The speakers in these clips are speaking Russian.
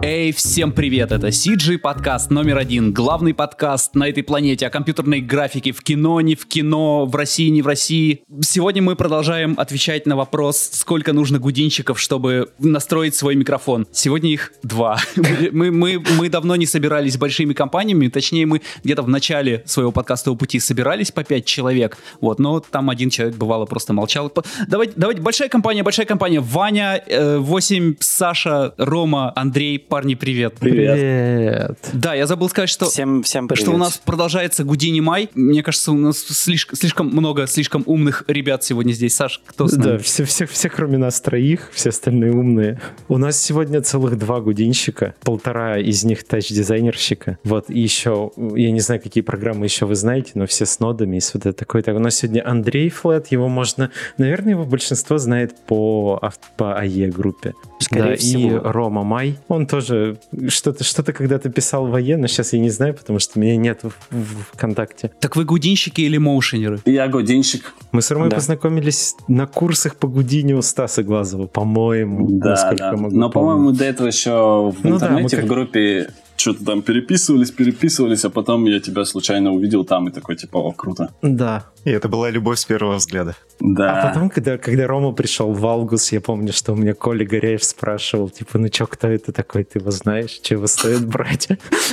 Эй, всем привет, это CG подкаст номер 1, главный подкаст на этой планете о компьютерной графике в кино, не в кино, в России, не в России. Сегодня мы продолжаем отвечать на вопрос, сколько нужно гудинщиков, чтобы настроить свой микрофон. Сегодня их 2. Мы давно не собирались с большими компаниями, точнее мы где-то в начале своего подкастового пути собирались по 5 человек, вот, но там один человек бывало просто молчал. Давайте, большая компания, Ваня, 8, Саша, Рома, Андрей, парни, привет. Привет. Да, я забыл сказать, что, всем привет. Что у нас продолжается Гудини Май. Мне кажется, у нас слишком много слишком умных ребят сегодня здесь. Саш, кто с нами? Да, все кроме нас троих, все остальные умные. У нас сегодня целых 2 гудинщика, 1,5 из них тач-дизайнерщика. Вот, и еще, я не знаю, какие программы еще вы знаете, но все с нодами и с вот это такое. У нас сегодня Андрей Флэт, его можно, наверное, его большинство знает по АЕ группе. Скорее всего. И Рома Май, он тоже что-то когда-то писал в АЕ, но сейчас я не знаю, потому что меня нет в ВКонтакте. Так вы гудинщики или моушенеры? Я гудинщик. Мы с Ромой познакомились на курсах по Гудини у Стаса Глазова, по-моему. Да. Но, по-моему, до этого еще в интернете, в группе что-то там переписывались, а потом я тебя случайно увидел там и такой, типа, о, круто. Да. И это была любовь с первого взгляда. Да. А потом, когда Рома пришел в Алгус, я помню, что у меня Коля Горяев спрашивал, типа, ну чё, кто это такой, ты его знаешь, чего стоит брать?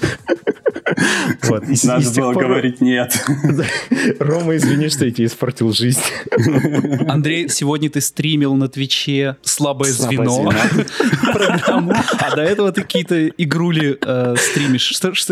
Надо было говорить нет. Рома, извини, что я тебе испортил жизнь. Андрей, сегодня ты стримил на Твиче «Слабое звено» программу, а до этого ты какие-то игрули стримишь.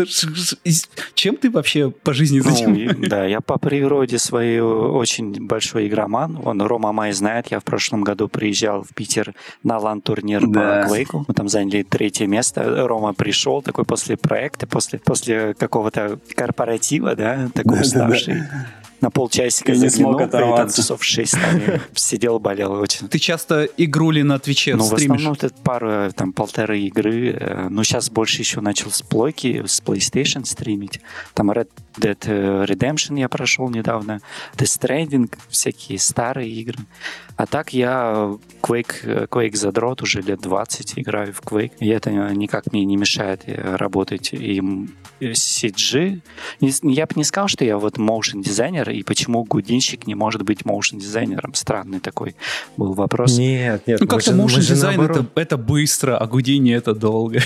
Чем ты вообще по жизни занимаешься? Да, я по природе своей очень большой игроман. Рома Май знает, я в прошлом году приезжал в Питер на лан-турнир по Quake. Мы там заняли 3 место. Рома пришел такой после проекта, после какого-то корпоратива, да, такой уставший. На полчасика заглянул, и там часов 6 сидел, болел очень. Ты часто игрули на Твиче стримишь? В основном это пару, там, 1,5 игры. Но сейчас больше еще начал с плойки, с PlayStation стримить. Там Red Dead Redemption я прошел недавно, Death Stranding, всякие старые игры. А так я Quake задрот, уже лет 20 играю в Quake. И это никак мне не мешает работать им CG. Я бы не сказал, что я вот motion дизайнер, и почему гудинщик не может быть motion дизайнером. Странный такой был вопрос. Нет. Ну как-то motion дизайн это быстро, а гудини это долго.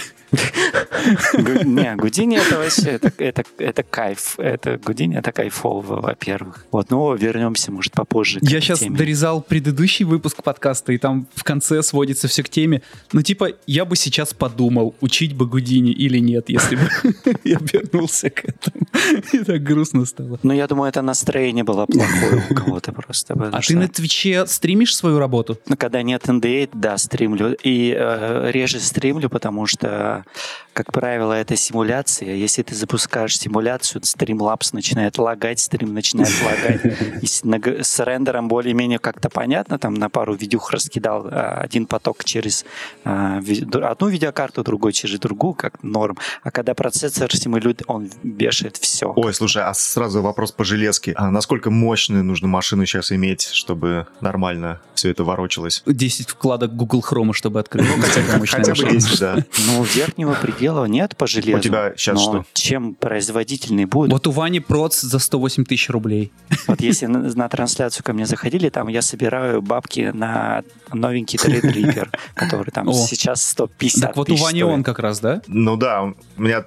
Не, гудини это вообще, это кайф. Гудини это кайфово, во-первых. Вот, ну, вернемся, может, попозже. Я сейчас дорезал предыдущий выпуск подкаста, и там в конце сводится все к теме. Ну, типа, я бы сейчас подумал, учить бы гудини или нет, если бы я вернулся к этому. И так грустно стало. Ну, я думаю, это настроение было плохое у кого-то просто. А ты на Твиче стримишь свою работу? Ну, когда нет NDA, да, стримлю. И реже стримлю, потому что, как правило, это симуляция. Если ты запускаешь симуляцию, Streamlabs начинает лагать, стрим начинает лагать. И с рендером более-менее как-то понятно. Там на пару видюх раскидал один поток через одну видеокарту, другой через другую, как норм. А когда процессор симулирует, он вешает все. Ой, слушай, а сразу вопрос по железке. А насколько мощную нужно машину сейчас иметь, чтобы нормально все это ворочалось? 10 вкладок Google Chrome, чтобы открыть. Хотя бы 10, да. Ну, верхнего предела нет по железу. У тебя сейчас что? Чем производительный будет? Вот у Вани проц за 108 тысяч рублей. Вот если на трансляцию ко мне заходили, там я собираю бабки на новенький Threadripper, который там сейчас 150 тысяч. Так вот у Вани он как раз, да? Ну да, у меня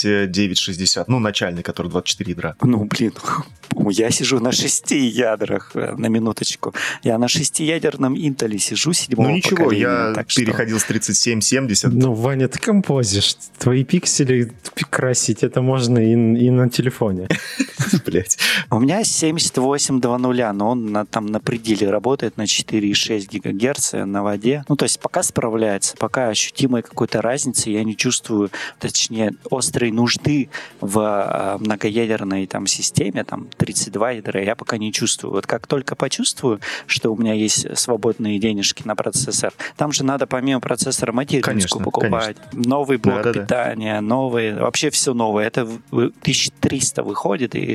3960, ну начальный, который 24 ядра. Ну, блин, я сижу на 6 ядрах, на минуточку. Я на 6-ядерном Intel сижу 7-го поколения. Ну ничего, я так переходил с 3770. Ну, Ваня, ты композишь. Твои пиксели красить это можно и на телефоне. Блять. У меня 7800, но он там на пределе работает на 4,6 ГГц на воде. Ну, то есть пока справляется, пока ощутимой какой-то разницы я не чувствую, точнее, острой нужды в многоядерной там системе, там 32 ядра, я пока не чувствую. Вот как только почувствую, что у меня есть свободные денежки на процессор, там же надо помимо процессора материнскую покупать, новый блок питания, новые, вообще все новое. Это 1300 выходит, и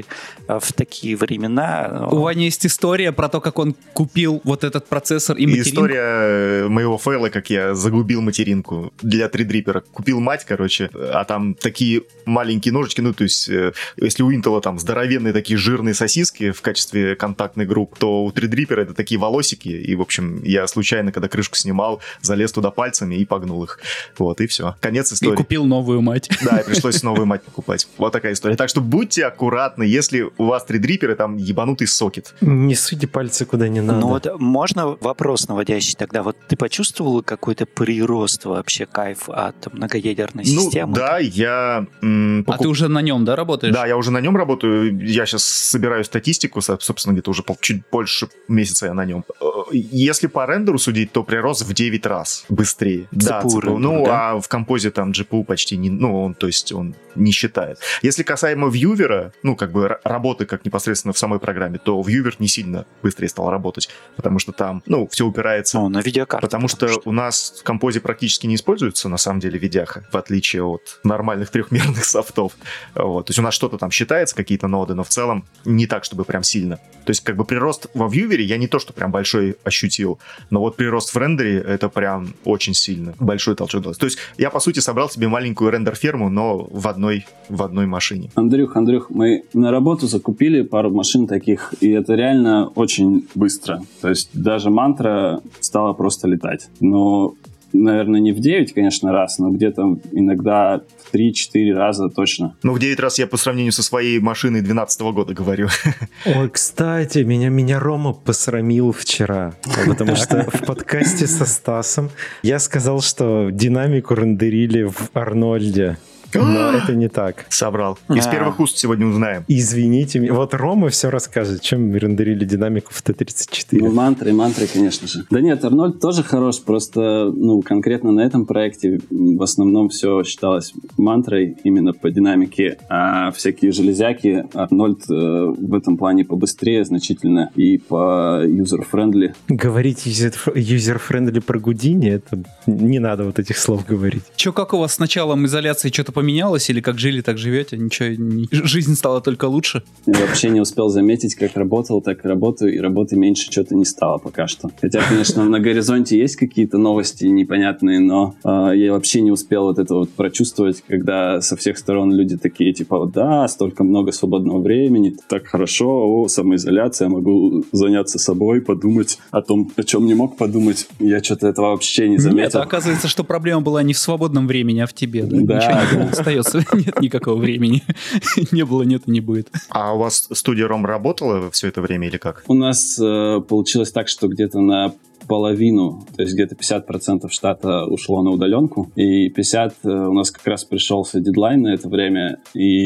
в такие времена... У Вани есть история про то, как он купил вот этот процессор и материнку. История моего фейла, как я загубил материнку для 3D-припера. Купил мать, короче, а там такие маленькие ножички, ну, то есть, если у Intel там здоровенные такие жирные сосиски в качестве контактной группы, то у 3D-припера это такие волосики, и, в общем, я случайно, когда крышку снимал, залез туда пальцами и погнул их. Вот, и все. Конец истории. И купил новую мать. Да, и пришлось новую мать покупать. Вот такая история. Так что будьте аккуратны, если у вас 3D-приперы, там ебанутый сокет. Не суйте пальцы куда не надо. Ну вот можно вопрос наводящий тогда? Вот ты почувствовал какой-то прирост вообще, кайф от многоядерной системы? Да, я... А ты уже на нем, да, работаешь? Да, я уже на нем работаю. Я сейчас собираю статистику, собственно, где-то уже чуть больше месяца я на нем. Если по рендеру судить, то прирост в 9 раз быстрее. Да, рендер, ну, да? а в композе там GPU почти не... Ну, он, то есть, он не считает. Если касаемо вьювера, ну, как бы работы как непосредственно в самой программе, то вьювер не сильно быстрее стал работать, потому что там, ну, все упирается... на видеокарту. Потому что у нас в композе практически не используется, на самом деле, видяха, в отличие от нормальных трехмерных софтов. Вот. То есть у нас что-то там считается, какие-то ноды, но в целом не так, чтобы прям сильно. То есть как бы прирост во вьювере я не то, что прям большой ощутил, но вот прирост в рендере это прям очень сильно. Большой толчок дал. То есть я, по сути, собрал себе маленькую рендер-ферму, но в одной машине. Андрюх, мы на работу закупили пару машин таких, и это реально очень быстро. То есть даже мантра стала просто летать. Но, наверное, не в 9, конечно, раз, но где-то иногда в 3-4 раза точно. Ну, в 9 раз я по сравнению со своей машиной 2012 года говорю. Ой, кстати, меня Рома посрамил вчера, потому что в подкасте со Стасом я сказал, что динамику рендерили в Арнольде. Но это не так. Собрал. Из первых уст сегодня узнаем. Извините меня. Вот Рома все расскажет, чем рендерили динамику в Т-34. Ну, мантры, конечно же. Да нет, Арнольд тоже хорош, просто, ну, конкретно на этом проекте в основном все считалось мантрой именно по динамике, а всякие железяки Арнольд в этом плане побыстрее значительно и по юзер-френдли. Говорить юзер-френдли про Гудини, это не надо вот этих слов говорить. Че, как у вас с началом изоляции что-то поменялось, или как жили, так живете? Ничего, жизнь стала только лучше? Я вообще не успел заметить, как работал, так и работаю, и работы меньше что-то не стало пока что. Хотя, конечно, на горизонте есть какие-то новости непонятные, но я вообще не успел вот это вот прочувствовать, когда со всех сторон люди такие, типа, да, столько много свободного времени, так хорошо, самоизоляция, могу заняться собой, подумать о том, о чем не мог подумать. Я что-то этого вообще не заметил. Нет, оказывается, что проблема была не в свободном времени, а в тебе. Да. Ничего не остается, нет никакого времени. Не было, нет и не будет. А у вас студия ROM работала все это время или как? У нас получилось так, что где-то на половину, то есть где-то 50% штата ушло на удаленку, и 50% у нас как раз пришелся дедлайн на это время,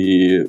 и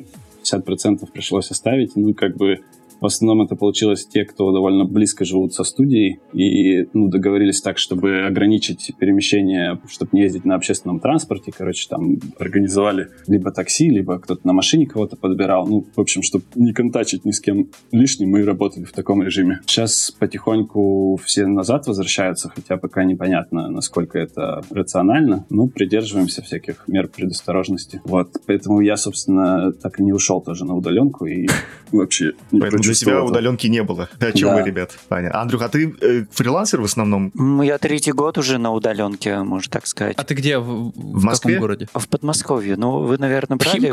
50% пришлось оставить, ну, как бы в основном это получилось те, кто довольно близко живут со студией, и договорились так, чтобы ограничить перемещение, чтобы не ездить на общественном транспорте. Короче, там организовали либо такси, либо кто-то на машине кого-то подбирал. Ну, в общем, чтобы не контачить ни с кем лишним, мы работали в таком режиме. Сейчас потихоньку все назад возвращаются, хотя пока непонятно, насколько это рационально. Ну, придерживаемся всяких мер предосторожности. Вот, поэтому я, собственно, так и не ушел тоже на удаленку и вообще не Поэтому для тебя удаленки не было. О чем вы, ребят? Понятно. Андрюх, а ты фрилансер в основном? Я 3-й год уже на удаленке, можно так сказать. А ты где? В Москве? Каком городе? В Подмосковье. Ну, вы, наверное, брали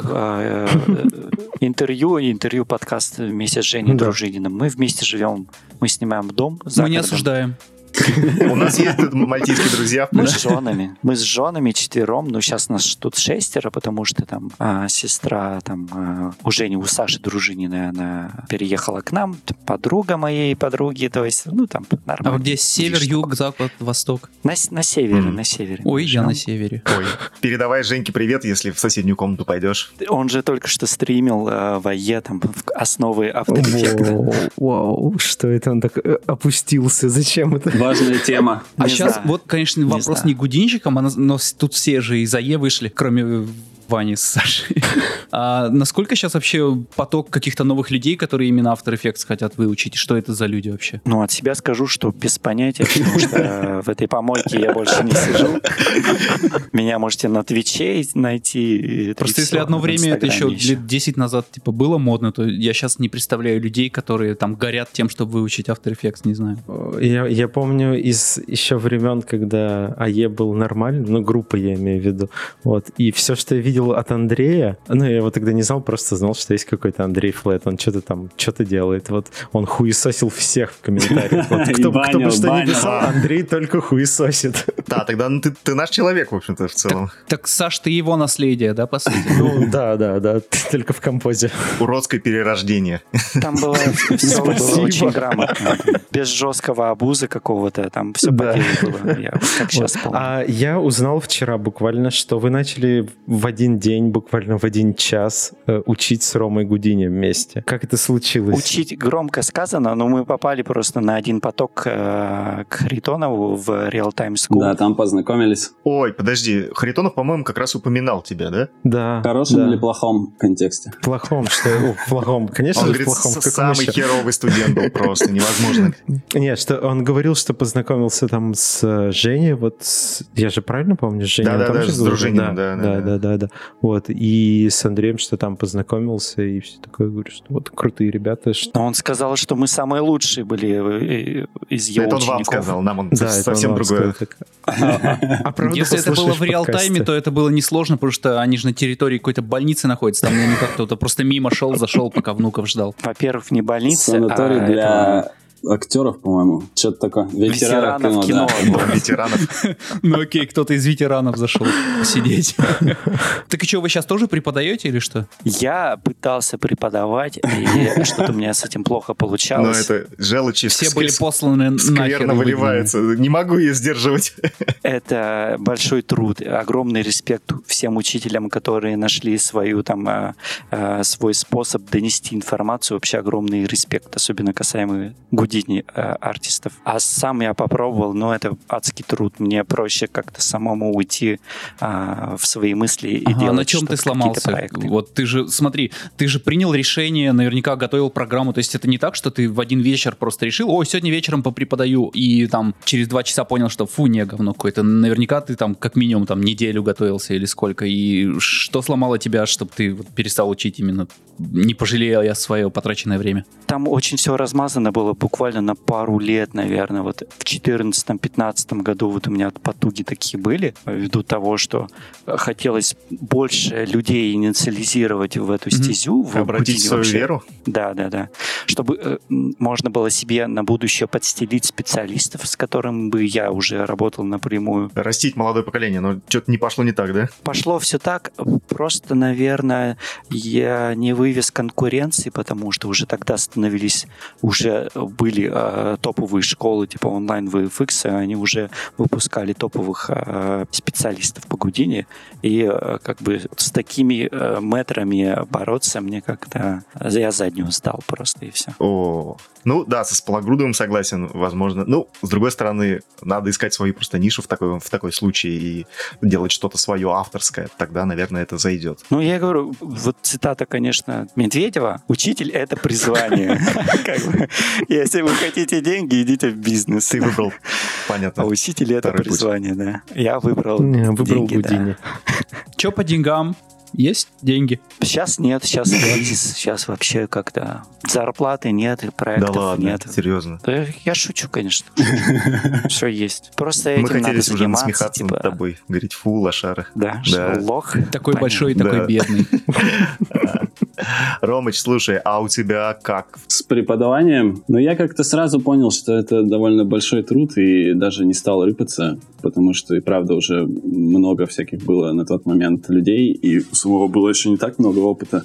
интервью, подкаст вместе с Женей Дружининым. Мы вместе живем, мы снимаем дом за Мы не городом. осуждаем. У нас есть мальтийские друзья. Мы с женами четвером, но сейчас нас тут 6, потому что там сестра там у Жени, у Саши Дружининой, она переехала к нам, подруга моей подруги, то есть, ну там нормально. А где север, юг, запад, восток? На севере, на севере. Ой, я на севере. Ой, передавай Женьке привет, если в соседнюю комнату пойдешь. Он же только что стримил в АЕ там основы After Effects. Вау, что это он так опустился? Зачем это? Важная тема. А сейчас, вот, конечно, вопрос не к гудинщикам, но тут все же из АЕ вышли, кроме Вани с Сашей. А насколько сейчас вообще поток каких-то новых людей, которые именно After Effects хотят выучить? Что это за люди вообще? Ну, от себя скажу, что без понятия, потому что в этой помойке я больше не сижу. Меня можете на Твиче найти. Просто если одно время, это еще лет 10 назад типа было модно, то я сейчас не представляю людей, которые там горят тем, чтобы выучить After Effects, не знаю. Я помню из еще времен, когда АЕ был нормальным, ну, группа я имею в виду, вот, и все, что я видел от Андрея, ну, я его тогда не знал, просто знал, что есть какой-то Андрей Флэт, он что-то там, что-то делает, вот, он хуесосил всех в комментариях, вот, кто бы что ни писал, Андрей только хуесосит. Да, тогда ты наш человек, в общем-то, в целом. Так, Саш, ты его наследие, да, по сути? Ну, да, только в композе. Уродское перерождение. Там было все очень грамотно. Без жесткого обуза какого-то, там все по делу было. Я как сейчас помню. А я узнал вчера буквально, что вы начали в один день, буквально в один час учить с Ромой Гудини вместе. Как это случилось? Учить громко сказано, но мы попали просто на один поток к Харитонову в Real Time School. Да, там познакомились. Ой, подожди, Харитонов, по-моему, как раз упоминал тебя, да? Да. В хорошем или плохом контексте? В плохом, что... В плохом, конечно же, в плохом. Он говорит, самый херовый студент был просто, невозможно. Нет, что он говорил, что познакомился там с Женей, вот я же правильно помню, с Женей? Да, с Дружининым, да. Вот, и с Андреем, что там познакомился, и все такое, говорю, что вот крутые ребята. Но он сказал, что мы самые лучшие были из его это учеников. Он вам сказал, нам он совсем другое. Если это было в реал-тайме, то это было несложно, потому что они же на территории какой-то больницы находятся, там наверняка кто-то просто мимо шел, зашел, пока внуков ждал. Во-первых, не больница, санаторий для актеров, по-моему. Что-то такое. Ветеранов кино. Ветеранов. Ну окей, кто-то из ветеранов зашел посидеть. Так и что, вы сейчас тоже преподаете или что? Я пытался преподавать, и что-то у меня с этим плохо получалось. Но это желчи все были посланы нахер. Скверно выливаются. Не могу ее сдерживать. Это большой труд, огромный респект всем учителям, которые нашли свой способ донести информацию. Вообще огромный респект, особенно касаемо Гудини артистов. А сам я попробовал, но это адский труд. Мне проще как-то самому уйти в свои мысли и делать на чем ты сломался? Вот ты же, смотри, ты же принял решение, наверняка готовил программу, то есть это не так, что ты в один вечер просто решил, ой, сегодня вечером попреподаю, и там через 2 часа понял, что фу, не, говно какое-то. Наверняка ты там как минимум там неделю готовился или сколько, и что сломало тебя, чтобы ты вот перестал учить именно, не пожалея свое потраченное время? Там очень все размазано было, буквально на пару лет, наверное. Вот в 2014-2015 году вот у меня потуги такие были, ввиду того, что хотелось больше людей инициализировать в эту стезю. Обратить свою веру? Да. Чтобы можно было себе на будущее подстелить специалистов, с которыми бы я уже работал напрямую. Растить молодое поколение, но что-то не пошло не так, да? Пошло все так. Просто, наверное, я не вывез конкуренции, потому что уже тогда уже были топовые школы, типа онлайн VFX, они уже выпускали топовых специалистов по Гудини, и как бы с такими мэтрами бороться мне как-то... Я заднюю сдал просто, и все. Ну да, со Спалагрудовым согласен, возможно. Ну, с другой стороны, надо искать свою просто нишу в такой случае и делать что-то свое авторское, тогда, наверное, это зайдет. Ну, я говорю, вот цитата, конечно, Медведева: «Учитель — это призвание». Если вы хотите деньги, идите в бизнес. Ты выбрал, понятно. А учитель — это призвание, да. Я выбрал деньги, да. Че по деньгам? Есть деньги? Сейчас нет, сейчас кризис, сейчас вообще как-то зарплаты нет, проектов да ладно, нет. Серьезно? Да, я шучу, конечно. Все есть. Просто этим мы хотели надо уже заниматься, насмехаться над тобой, говорить, фу, лошара. Да, лох. Такой большой и такой бедный. Ромыч, слушай, а у тебя как? С преподаванием? Ну, я как-то сразу понял, что это довольно большой труд, и даже не стал рыпаться, потому что и правда уже много всяких было на тот момент людей, и у самого было еще не так много опыта.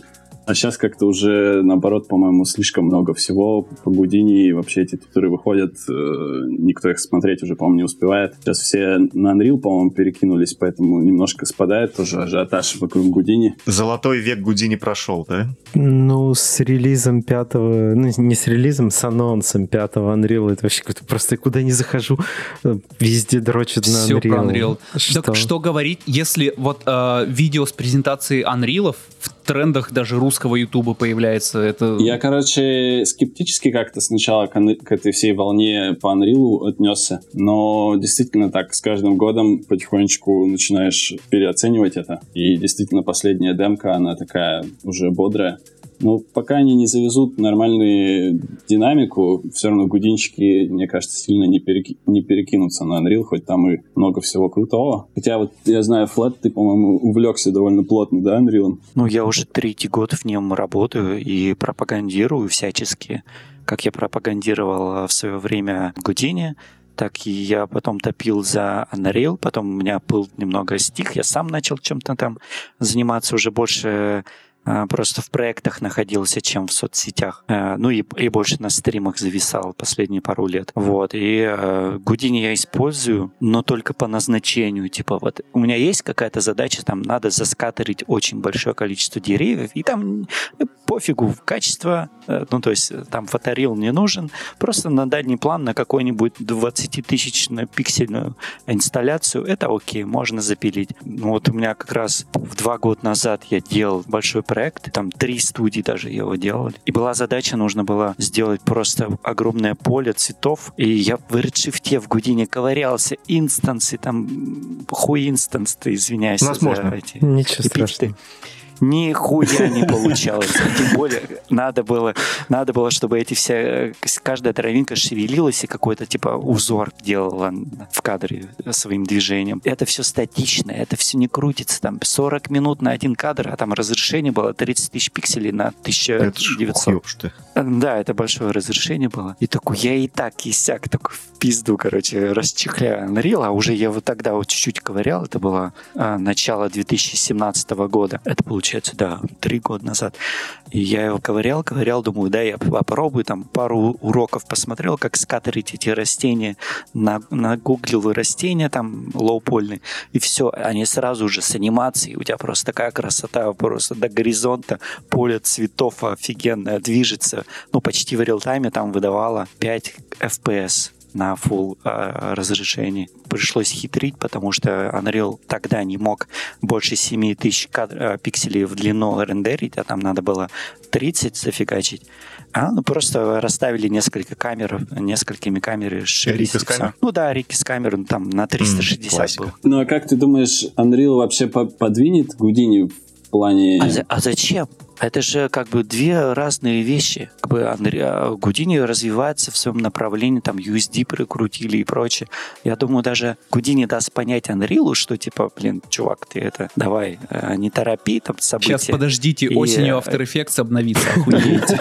А сейчас как-то уже, наоборот, по-моему, слишком много всего по Houdini, и вообще эти туторы выходят, никто их смотреть уже, по-моему, не успевает. Сейчас все на Unreal, по-моему, перекинулись, поэтому немножко спадает тоже ажиотаж вокруг Houdini. Золотой век Houdini прошел, да? Ну, с релизом 5-го, ну, не с релизом, с анонсом 5-го Unreal, это вообще просто куда не захожу, везде дрочат на Unreal. Все про Unreal. Так что говорить, если вот видео с презентацией Unreal в трендах даже русского Ютуба появляется, это... Я, короче, скептически как-то сначала к этой всей волне по Unreal отнесся, но действительно так, с каждым годом потихонечку начинаешь переоценивать это, и действительно последняя демка, она такая уже бодрая. Ну, пока они не завезут нормальную динамику, все равно гудинчики, мне кажется, сильно не перекинутся на Unreal, хоть там и много всего крутого. Хотя вот, я знаю, Флэт, ты, по-моему, увлекся довольно плотно, да, Unreal? Ну, я уже 3-й год в нем работаю и пропагандирую всячески, как я пропагандировал в свое время Houdini, так и я потом топил за Unreal, потом у меня был немного стих, я сам начал чем-то там заниматься уже больше... Просто в проектах находился, чем в соцсетях. Ну и больше на стримах зависал последние пару лет. Вот. И Houdini я использую, но только по назначению. Типа вот у меня есть какая-то задача, там надо заскатерить очень большое количество деревьев, и там пофигу качество, ну то есть там фоторил не нужен, просто на дальний план на какой-нибудь 20-тысячную пиксельную инсталляцию, это окей, можно запилить. Ну вот у меня как раз 2 года назад я делал большой проект, там 3 студии даже его делали. И была задача, нужно было сделать просто огромное поле цветов. И я в Redshift в Houdini ковырялся, инстансы, там, инстанс, ты извиняюсь за эти... Ничего страшного. Нихуя не получалось. Тем более надо было, чтобы эти все, каждая травинка шевелилась и какой-то типа узор делала в кадре своим движением. Это все статично, это все не крутится. Там 40 минут на один кадр, а там разрешение было 30 тысяч пикселей на 1900. Да, это большое разрешение было. И такой, я и так, и сяк, такой в пизду, короче, расчехляю Unreal, а уже я вот тогда вот чуть-чуть ковырял, это было начало 2017 года. Это получается, да, 3 года назад. И я его ковырял, думаю, да, я попробую, там пару уроков посмотрел, как скатерить эти растения, нагуглил растения там лоу-польные, и все, они сразу же с анимацией, у тебя просто такая красота, просто до горизонта, поле цветов офигенно движется, ну, почти в реал-тайме там выдавало 5 FPS на full разрешении. Пришлось хитрить, потому что Unreal тогда не мог больше 7000 пикселей в длину рендерить, а там надо было 30 зафигачить. Ну, просто расставили несколькими камерами. Рик из камер? Ну да, Рик из камер, там на 360 был. Ну, а как ты думаешь, Unreal вообще подвинет Houdini в плане... А зачем? Это же как бы 2 разные вещи. Как бы Houdini развивается в своем направлении, там USD прикрутили и прочее. Я думаю, даже Houdini даст понять Unreal, что типа, блин, чувак, ты это, давай, не торопи там события. Сейчас подождите, осенью After Effects обновится, охуеете.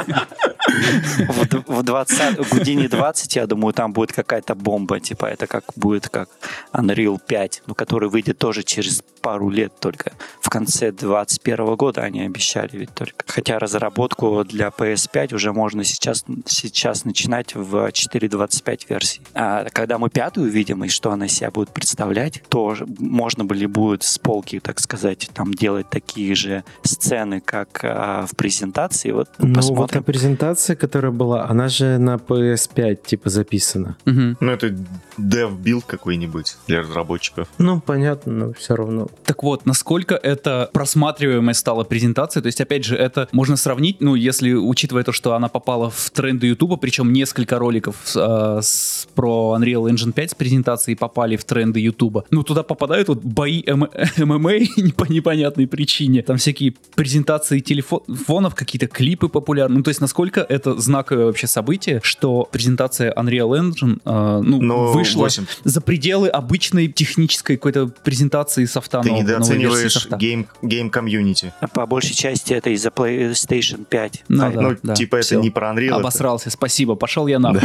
В Houdini 20, я думаю, там будет какая-то бомба, типа это будет как Unreal 5, ну, который выйдет тоже через пару лет только. В конце 2021 года они обещали ведь только. Хотя разработку для PS5 уже можно сейчас начинать в 4.25 версии. А когда мы 5-ю увидим, и что она из себя будет представлять, то можно будет с полки, так сказать, там делать такие же сцены, как в презентации. Вот посмотрим. Вот презентация, которая была, она же на PS5 типа записана. Ну, это dev-билд какой-нибудь для разработчиков. Ну, понятно, но все равно. Так вот, насколько это просматриваемой стала презентация, то есть, опять же, это можно сравнить, ну, если, учитывая то, что она попала в тренды Ютуба, причем несколько роликов про Unreal Engine 5 с презентацией попали в тренды Ютуба, ну, туда попадают вот бои ММА по непонятной причине, там всякие презентации телефонов, какие-то клипы популярные, ну, то есть, насколько это знаковое вообще событие, что презентация Unreal Engine, вышла за пределы обычной технической какой-то презентации софта. Ты недооцениваешь гейм-комьюнити. По большей части части это из-за PlayStation 5. Типа это Всё. не про Unreal. Обосрался, спасибо, пошел я нахуй.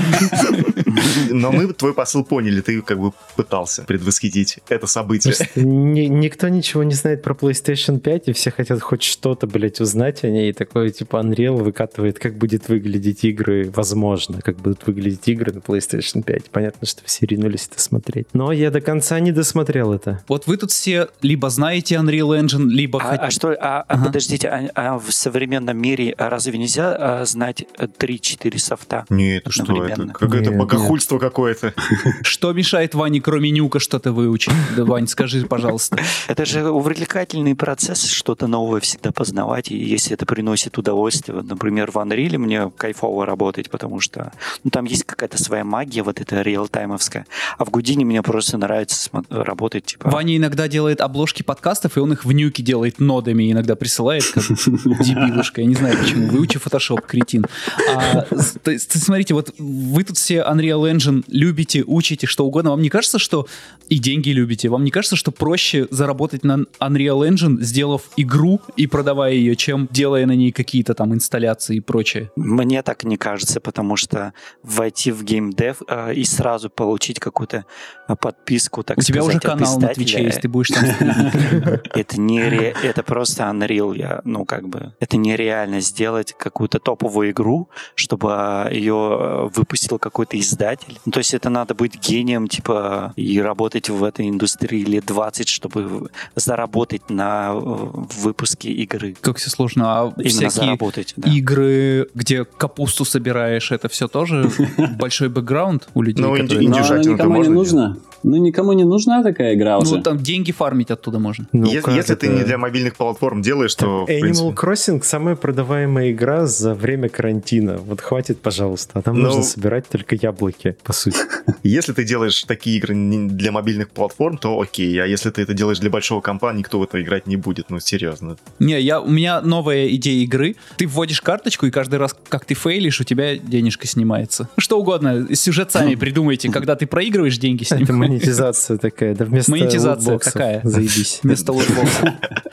Но мы твой посыл поняли, ты как бы пытался предвосхитить это событие. Никто ничего не знает про PlayStation 5, и все хотят хоть что-то, блядь, узнать о ней. И такой, типа, Unreal выкатывает, как будет выглядеть игры, возможно, как будут выглядеть игры на PlayStation 5. Понятно, что все ринулись это смотреть. Но я до конца не досмотрел это. Вот вы тут все либо знаете Unreal Engine, либо... Подождите, в современном мире разве нельзя знать 3-4 софта? Нет, что это? Одновременно? Какое-то Нет, богохульство какое-то. Что мешает Ване, кроме нюка, что-то выучить? Да, Вань, скажи, пожалуйста. Это же увлекательный процесс, что-то новое всегда познавать, и если это приносит удовольствие, вот, например, в Unreal мне кайфово работать, потому что там есть какая-то своя магия, вот эта реалтаймовская, а в Гудине мне просто нравится работать, типа... Ваня иногда делает обложки подкастов, и он их в нюке делает нодами, иногда присылает, как дебилушка. Я не знаю, почему. Выучи Photoshop, кретин. Смотрите, вот вы тут все Unreal Engine любите, учите, что угодно. Вам не кажется, что и деньги любите? Вам не кажется, что проще заработать на Unreal Engine, сделав игру и продавая ее, чем делая на ней какие-то там инсталляции и прочее? Мне так не кажется, потому что войти в геймдев и сразу получить какую-то подписку, так сказать, у тебя уже канал на Твиче есть, ты будешь там стримить. Это просто Unreal. Это нереально сделать какую-то топовую игру, чтобы ее выпусил какой-то издатель. То есть это надо быть гением, типа, и работать в этой индустрии лет 20, чтобы заработать на выпуске игры. Как все сложно. А именно всякие заработать, да. игры, где капусту собираешь, это все тоже большой бэкграунд у людей, которые... Но никому не нужно. Никому не нужна такая игра уже. Там деньги фармить оттуда можно. Если ты не для мобильных платформ делаешь, то... Animal Crossing — самая продаваемая игра за время карантина. Вот хватит, пожалуйста. А там нужно собирать только яблоки, по сути. Если ты делаешь такие игры для мобильных платформ, то окей. А если ты это делаешь для большого компа, никто в это играть не будет. Серьезно. Не, у меня новая идея игры. Ты вводишь карточку, и каждый раз, как ты фейлишь, у тебя денежка снимается. Что угодно. Сюжет сами придумайте. Когда ты проигрываешь, деньги снимаются. Это монетизация такая. Да вместо монетизация такая. Заебись. Вместо лутбоксов.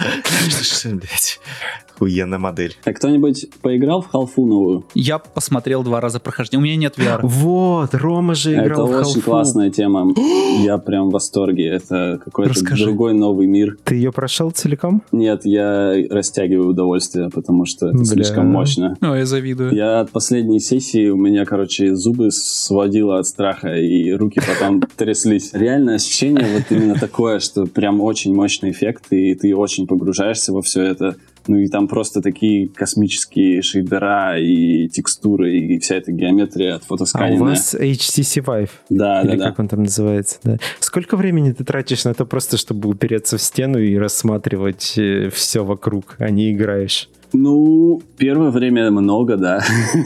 Блять. Охуенная модель. Так кто-нибудь поиграл в Half-Life новую? Я посмотрел 2 раза прохождение. У меня нет VR. Вот, Рома же играл в Half-Life. Это очень классная тема. Я прям в восторге. Это какой-то другой новый мир. Ты ее прошел целиком? Нет, я растягиваю удовольствие, потому что это слишком мощно. Я завидую. Я от последней сессии, у меня, зубы сводило от страха, и руки потом тряслись. Реальное ощущение вот именно такое, что прям очень мощный эффект, и ты очень погружаешься во все это. И там просто такие космические шейдера и текстуры, и вся эта геометрия от фотосканера. А у вас HTC Vive? Да, или как он там называется? Да. Сколько времени ты тратишь на то просто, чтобы упереться в стену и рассматривать все вокруг, а не играешь? Первое время много, да.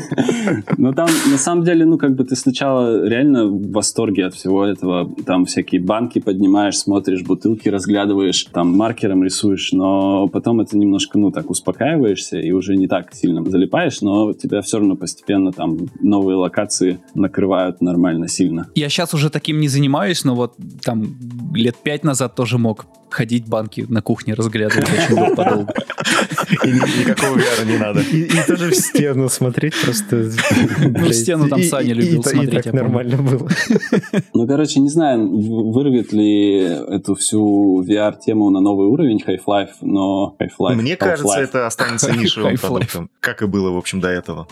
Но там, на самом деле, ты сначала реально в восторге от всего этого. Там всякие банки поднимаешь, смотришь, бутылки разглядываешь, там маркером рисуешь, но потом это немножко, так успокаиваешься и уже не так сильно залипаешь, но тебя все равно постепенно там новые локации накрывают нормально, сильно. Я сейчас уже таким не занимаюсь, но вот там лет 5 назад тоже мог ходить банки на кухне разглядывать очень подолгу. И никакого VR не надо. И тоже в стену смотреть просто. В стену там Саня любил смотреть. И так нормально было. Не знаю, вырвет ли эту всю VR-тему на новый уровень Half-Life, но Мне кажется, это останется нишевым продуктом, как и было, в общем, до этого.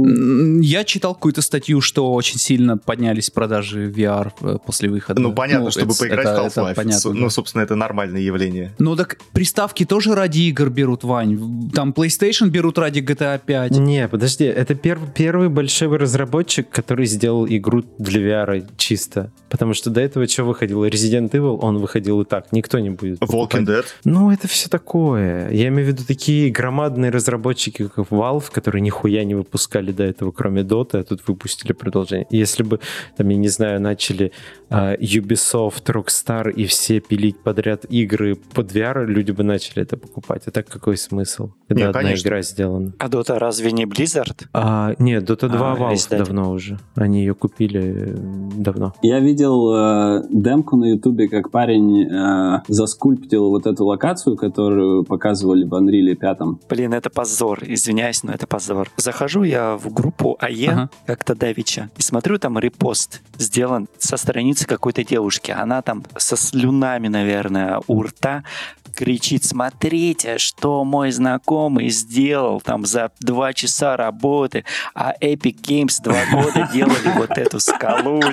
Я читал какую-то статью, что очень сильно поднялись продажи VR после выхода. Понятно, чтобы поиграть в Half-Life. Собственно, это нормальное явление. Так приставки тоже ради игр берут, Вань. Там PlayStation берут ради GTA 5. Не, подожди, это первый большой разработчик, который сделал игру для VR чисто. Потому что до этого что выходило? Resident Evil, он выходил и так, никто не будет покупать. Walking Dead? Это все такое. Я имею в виду такие громадные разработчики, как Valve, которые нихуя не выпускали до этого, кроме Dota, а тут выпустили продолжение. Если бы, там, я не знаю, начали Ubisoft, Rockstar и все пилить подряд игры, игры под VR, люди бы начали это покупать. А так какой смысл? Когда одна конечно. игра сделана. А Dota разве не Blizzard? Нет, Dota 2 Valve издатель. давно уже. Они ее купили давно. Я видел демку на Ютубе, как парень заскульптил вот эту локацию, которую показывали в Unreal 5. Блин, это позор, извиняюсь, но это позор. Захожу я в группу АЕ, как-то давеча, и смотрю, там репост сделан со страницы какой-то девушки. Она там со слюнами, наверное, у рта кричит: смотрите, что мой знакомый сделал там за 2 часа работы, а Epic Games 2 года делали вот эту скалу.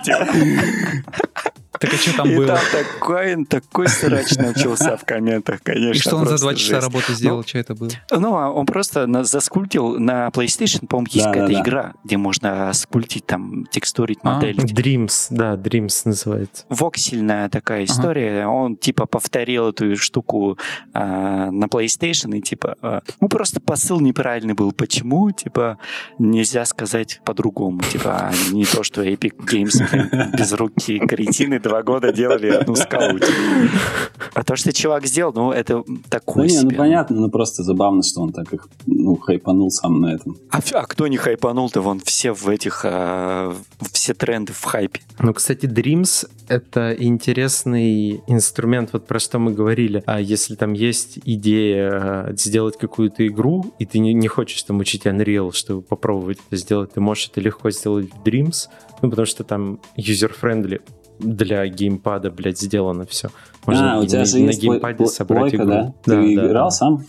Так а что там И было? там такой срач начался в комментах, конечно. И что он за 2 часа жесть. работы сделал? Что это было? Ну, он просто заскультил на PlayStation, по-моему, есть какая-то игра, где можно скультить, там, текстурить модель. Dreams, да, Dreams называется. Воксельная такая история. Он, типа, повторил эту штуку на PlayStation, и, типа, ну, просто посыл неправильный был. Почему, типа, нельзя сказать по-другому? Типа, а не то, что Epic Games без руки кретины 2 года делали одну скалу. А то, что чувак сделал, ну, это такое себе. Ну, понятно, но просто забавно, что он так их, хайпанул сам на этом. А кто не хайпанул-то? Вон все в этих, все тренды в хайпе. Ну, кстати, Dreams — это интересный инструмент, вот про что мы говорили. А если там есть идея сделать какую-то игру, и ты не хочешь там учить Unreal, чтобы попробовать это сделать, ты можешь это легко сделать в Dreams, ну, потому что там user-friendly для геймпада, блядь, сделано все. Можно у тебя же на есть геймпаде собрать игру. да? Ты играл сам?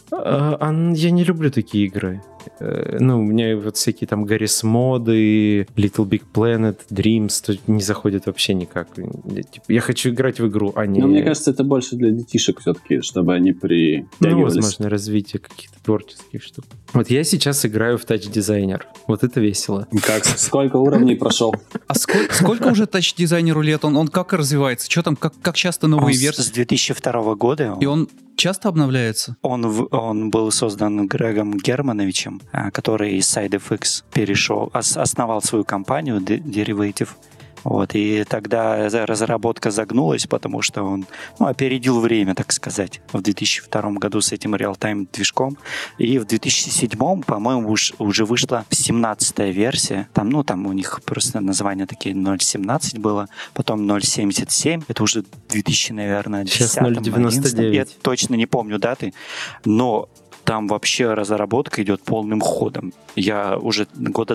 Я не люблю такие игры. Ну, у меня вот всякие там Garry's моды, Little Big Planet, Dreams тут не заходят вообще никак. Я хочу играть в игру, а не... Ну, мне кажется, это больше для детишек все-таки, чтобы они притягивались. Ну, возможно, развитие каких-то творческих штук. Вот я сейчас играю в Touch Designer. Вот это весело. Как? Сколько уровней прошел? А сколько уже тач-дизайнеру лет? Он как развивается? Что там, как часто новые Он версии? с 2002 года. И он часто обновляется? Он был создан Грегом Германовичем, который из SideFX перешел, основал свою компанию Derivative. Вот, и тогда разработка загнулась, потому что он опередил время, так сказать, в 2002 году с этим реал-тайм движком. И в 2007, по-моему, уже вышла 17-я версия. Там у них просто названия такие 0.17 было, потом 0.77. Это уже 2000, наверное, 10. Сейчас 0.99. Я точно не помню даты, но там вообще разработка идет полным ходом. Я уже 2 года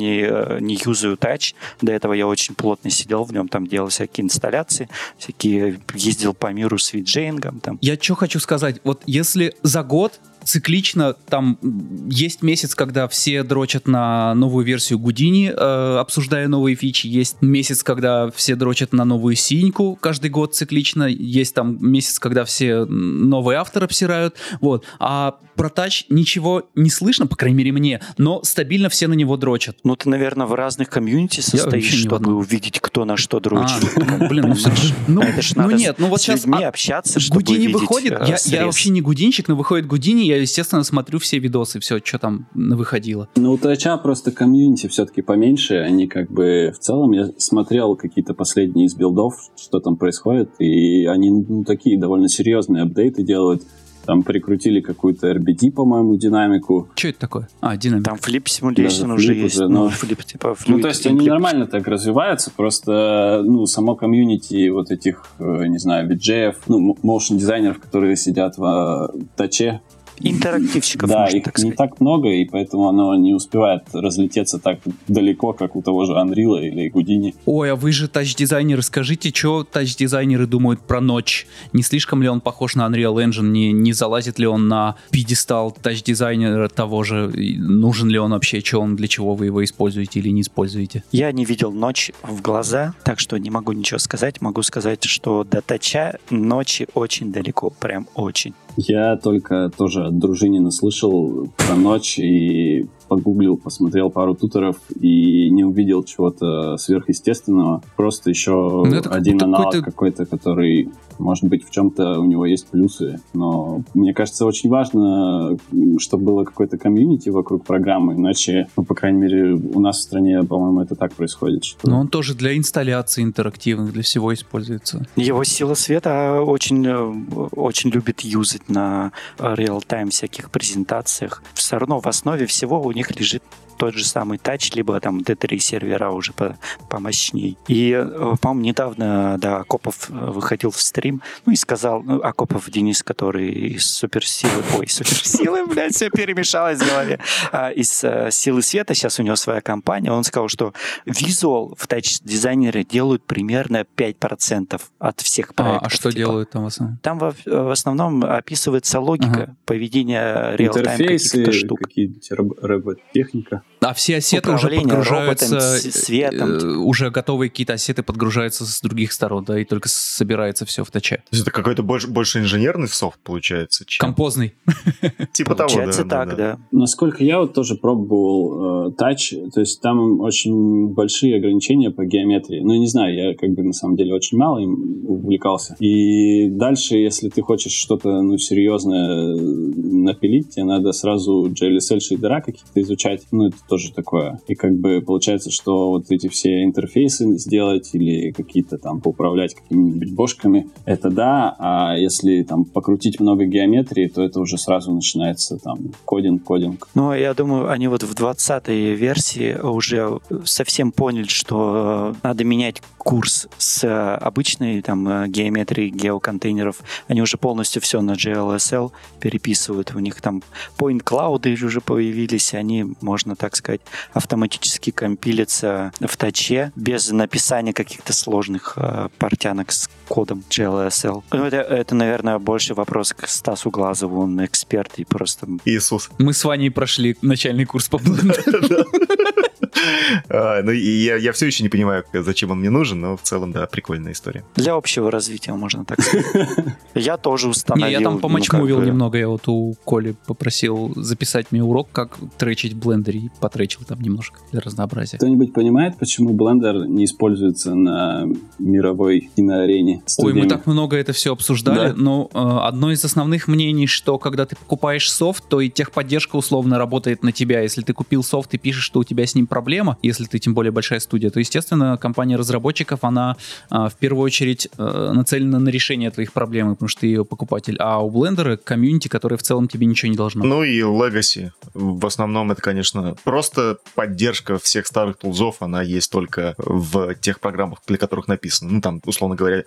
не юзаю Touch. До этого я очень плотно сидел в нем, там делал всякие инсталляции, ездил по миру с виджейнгом. Там. Я что хочу сказать. Вот если за год циклично, там есть месяц, когда все дрочат на новую версию Гудини, обсуждая новые фичи, есть месяц, когда все дрочат на новую синьку, каждый год циклично, есть там месяц, когда все новый автор обсирают, вот, а про тач ничего не слышно, по крайней мере мне, но стабильно все на него дрочат. Ну, ты, наверное, в разных комьюнити состоишь, чтобы увидеть, кто на что дрочит. Блин, это ж надо вот с сейчас людьми общаться, чтобы Гудини видеть выходит, я вообще не гудинчик, но выходит Гудини, я, естественно, смотрю все видосы, все, что там выходило. Ну, у Тача просто комьюнити все-таки поменьше, они как бы в целом, я смотрел какие-то последние из билдов, что там происходит, и они такие довольно серьезные апдейты делают. Там прикрутили какую-то RBD, по-моему, динамику. Что это такое? Динамика. Там Flip Simulation уже есть. Флип, типа, ну, то есть они нормально так развиваются, просто, само комьюнити вот этих, не знаю, виджеев, моушн-дизайнеров, которые сидят в Таче. Интерактивщиков, да, можно их так сказать. не так много, и поэтому оно не успевает разлететься так далеко, как у того же Unreal или Houdini. Ой, а вы же тач-дизайнеры, скажите, что тач-дизайнеры думают про ночь? Не слишком ли он похож на Unreal Engine? Не залазит ли он на пьедестал тач-дизайнера того же? Нужен ли он вообще? Для чего вы его используете или не используете? Я не видел ночь в глаза, так что не могу ничего сказать. Могу сказать, что до тача ночи очень далеко, прям очень. Я только тоже от Дружинина слышал про ночь, и погуглил, посмотрел пару туторов и не увидел чего-то сверхъестественного. Просто еще один аналог какой-то, который, может быть, в чем-то у него есть плюсы. Но мне кажется, очень важно, чтобы было какое-то комьюнити вокруг программы, иначе, ну, по крайней мере, у нас в стране, по-моему, это так происходит. Что... Но он тоже для инсталляций интерактивных, для всего используется. Его сила света очень, очень любит юзать на реал-тайм всяких презентациях. Все равно в основе всего у них лежит тот же самый тач, либо там D3 сервера уже помощней. И, по-моему, недавно, да, Акопов выходил в стрим, ну и сказал, ну, Акопов Денис, который из суперсилы, блядь, все перемешалось в голове, из силы света, сейчас у него своя компания, он сказал, что визуал в тач-дизайнере делают примерно 5% от всех проектов. А что делают там в основном? Там в основном описывается логика поведения реал-тайм каких-то штук. Какие-то роботехника. А все ассеты уже подгружаются, светом. Уже готовые какие-то ассеты подгружаются с других сторон, да, и только собирается все в таче. То есть это какой-то больше инженерный софт получается? Композный. Типа того, да. Получается так, да. Насколько я вот тоже пробовал тач, то есть там очень большие ограничения по геометрии. Ну, не знаю, я как бы на самом деле очень мало им увлекался. И дальше, если ты хочешь что-то, ну, серьезное напилить, тебе надо сразу JLSL шейдера какие-то изучать. Ну, это тоже такое. И как бы получается, что вот эти все интерфейсы сделать или какие-то там поуправлять какими-нибудь бошками, это да, а если там покрутить много геометрии, то это уже сразу начинается там кодинг. Ну, я думаю, они вот в 20-й версии уже совсем поняли, что надо менять курс с обычной там геометрии геоконтейнеров. Они уже полностью все на GLSL переписывают. У них там point cloud уже появились, они, можно так сказать, автоматически компилятся в таче без написания каких-то сложных портянок с кодом GLSL. Ну, это, наверное, больше вопрос к Стасу Глазову, он эксперт и просто... Иисус. Мы с Ваней прошли начальный курс по Blender. Ну, я все еще не понимаю, зачем он мне нужен, но в целом, да, прикольная история. Для общего развития, можно так сказать. Я тоже установил. Не, я там помочмувил немного, я вот у Коли попросил записать мне урок, как тречить в Blender, и потречил там немножко для разнообразия. Кто-нибудь понимает, почему Blender не используется на мировой киноарене? Ой, мы так много это все обсуждали, да? Но одно из основных мнений, что когда ты покупаешь софт, то и техподдержка условно работает на тебя. Если ты купил софт и пишешь, что у тебя с ним проблема, если ты тем более большая студия, то, естественно, компания разработчиков, она в первую очередь нацелена на решение твоих проблем, потому что ты ее покупатель. А у Blender комьюнити, которое в целом тебе ничего не должно. Ну и Legacy. В основном это, конечно, просто поддержка всех старых тулзов, она есть только в тех программах, для которых написано. Ну, там, условно говоря,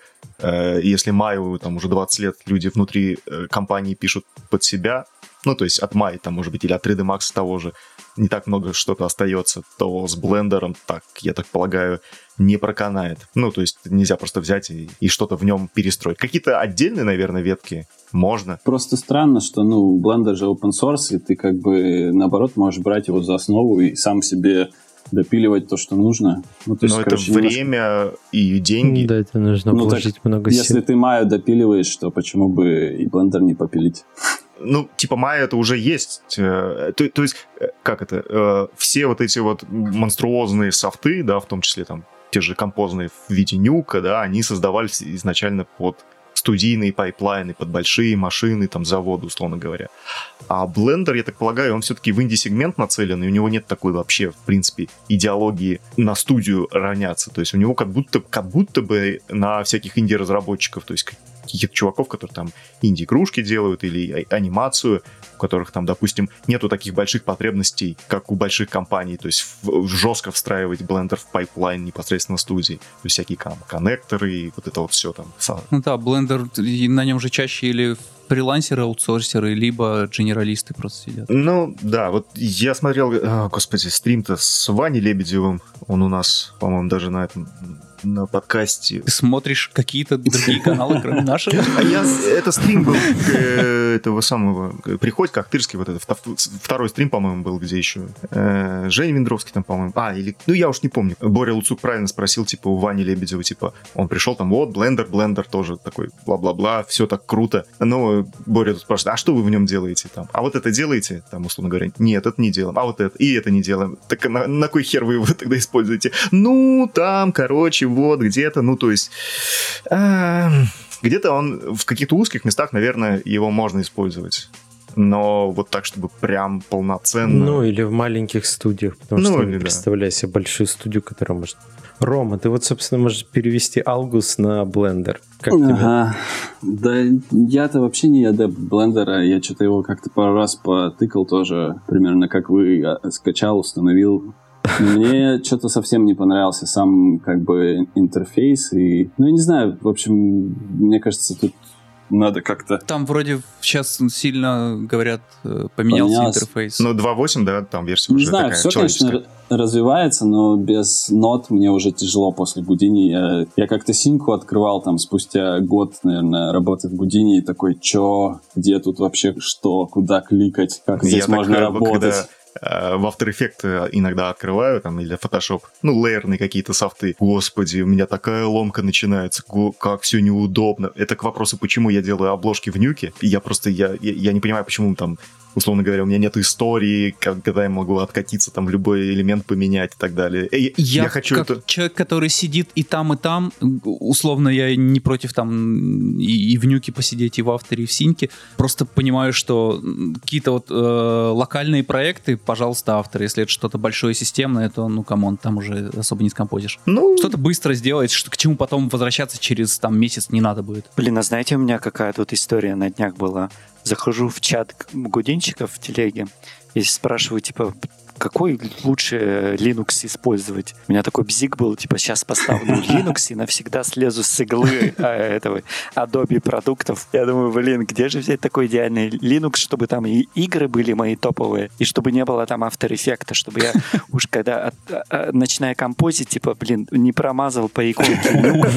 если Maya, там уже 20 лет люди внутри компании пишут под себя, ну, то есть от Maya, там, может быть, или от 3D Max того же, не так много что-то остается, то с Blender, так, я так полагаю, не проканает. Ну, то есть нельзя просто взять и что-то в нем перестроить. Какие-то отдельные, наверное, ветки можно. Просто странно, что, ну, Blender же open source, и ты как бы, наоборот, можешь брать его за основу и сам себе допиливать то, что нужно. Ну, то есть, но короче, это время и деньги. Да, это нужно вложить много сил. Если ты Maya допиливаешь, то почему бы и Blender не попилить? Ну, типа Maya это уже есть. То есть, как это? Все вот эти вот монструозные софты, да, в том числе там те же композные в виде нюка, да, они создавались изначально под студийные пайплайны, под большие машины, там, заводы, условно говоря. А Blender, я так полагаю, он все-таки в инди-сегмент нацелен, и у него нет такой вообще, в принципе, идеологии на студию равняться. То есть у него как будто бы на всяких инди-разработчиков, то есть каких-то чуваков, которые там инди-игрушки делают или анимацию, у которых там, допустим, нету таких больших потребностей, как у больших компаний, то есть жестко встраивать Blender в пайплайн непосредственно студии. То есть всякие коннекторы и вот это вот все там. Ну да, Blender, на нем же чаще или фрилансеры, аутсорсеры, либо генералисты просто сидят. Ну, да, вот я смотрел, господи, стрим-то с Ваней Лебедевым, он у нас, по-моему, даже на подкасте. Ты смотришь какие-то другие каналы, кроме нашего? Это стрим был этого самого Приходько, Ахтырский, вот это второй стрим, по-моему, был, где еще Женя Виндровский там, по-моему, или, ну, я уж не помню. Боря Луцук правильно спросил, типа, у Вани Лебедева, типа, он пришел там, вот, Blender тоже такой, бла-бла-бла, все так круто. Но Боря тут спрашивает, а что вы в нем делаете там? А вот это делаете? Там, условно говоря, нет, это не делаем. А вот это, и это не делаем. Так на кой хер вы его тогда используете? Ну, там, короче, вот, где-то, ну, то есть... Где-то он в каких-то узких местах, наверное, его можно использовать. Но вот так, чтобы прям полноценно... Ну, или в маленьких студиях, потому что представляй себе большую студию, которая может... Рома, ты вот, собственно, можешь перевести Algus на Blender. Как тебе? Да, я-то вообще не адепт блендера, я что-то его как-то пару раз потыкал тоже, примерно как вы, скачал, установил. Мне что-то совсем не понравился сам как бы интерфейс, и, ну, я не знаю, в общем, мне кажется, тут надо как-то... Там вроде сейчас сильно, говорят, поменялся интерфейс. Ну, 2.8, да, там версия уже такая человеческая. Не знаю, все, конечно, развивается, но без нот мне уже тяжело после Houdini. Я как-то синьку открывал там спустя год, наверное, работы в Houdini, и такой, чё, где тут вообще что, куда кликать, как здесь можно работать. В After Effects иногда открываю, там, или Photoshop, ну, лейерные какие-то софты. Господи, у меня такая ломка начинается, как все неудобно. Это к вопросу, почему я делаю обложки в нюке. Я просто, я не понимаю, почему там, условно говоря, у меня нет истории, когда я могу откатиться, там, любой элемент поменять и так далее. Я хочу как человек, который сидит и там, условно, я не против там и в нюке посидеть, и в авторе, и в синьке. Просто понимаю, что какие-то вот локальные проекты, пожалуйста, автор. Если это что-то большое системное, то, ну, камон, там уже особо не скомпозишь. Ну... Что-то быстро сделать, к чему потом возвращаться через там месяц не надо будет. Блин, а знаете, у меня какая тут история на днях была? Захожу в чат гудинчиков в телеге и спрашиваю, типа, какой лучше Linux использовать? У меня такой бзик был, типа, сейчас поставлю Linux и навсегда слезу с иглы этого Adobe продуктов. Я думаю, блин, где же взять такой идеальный Linux, чтобы там и игры были мои топовые, и чтобы не было там After Effects, чтобы я уж когда начиная композить, типа, блин, не промазал по иконке нюка.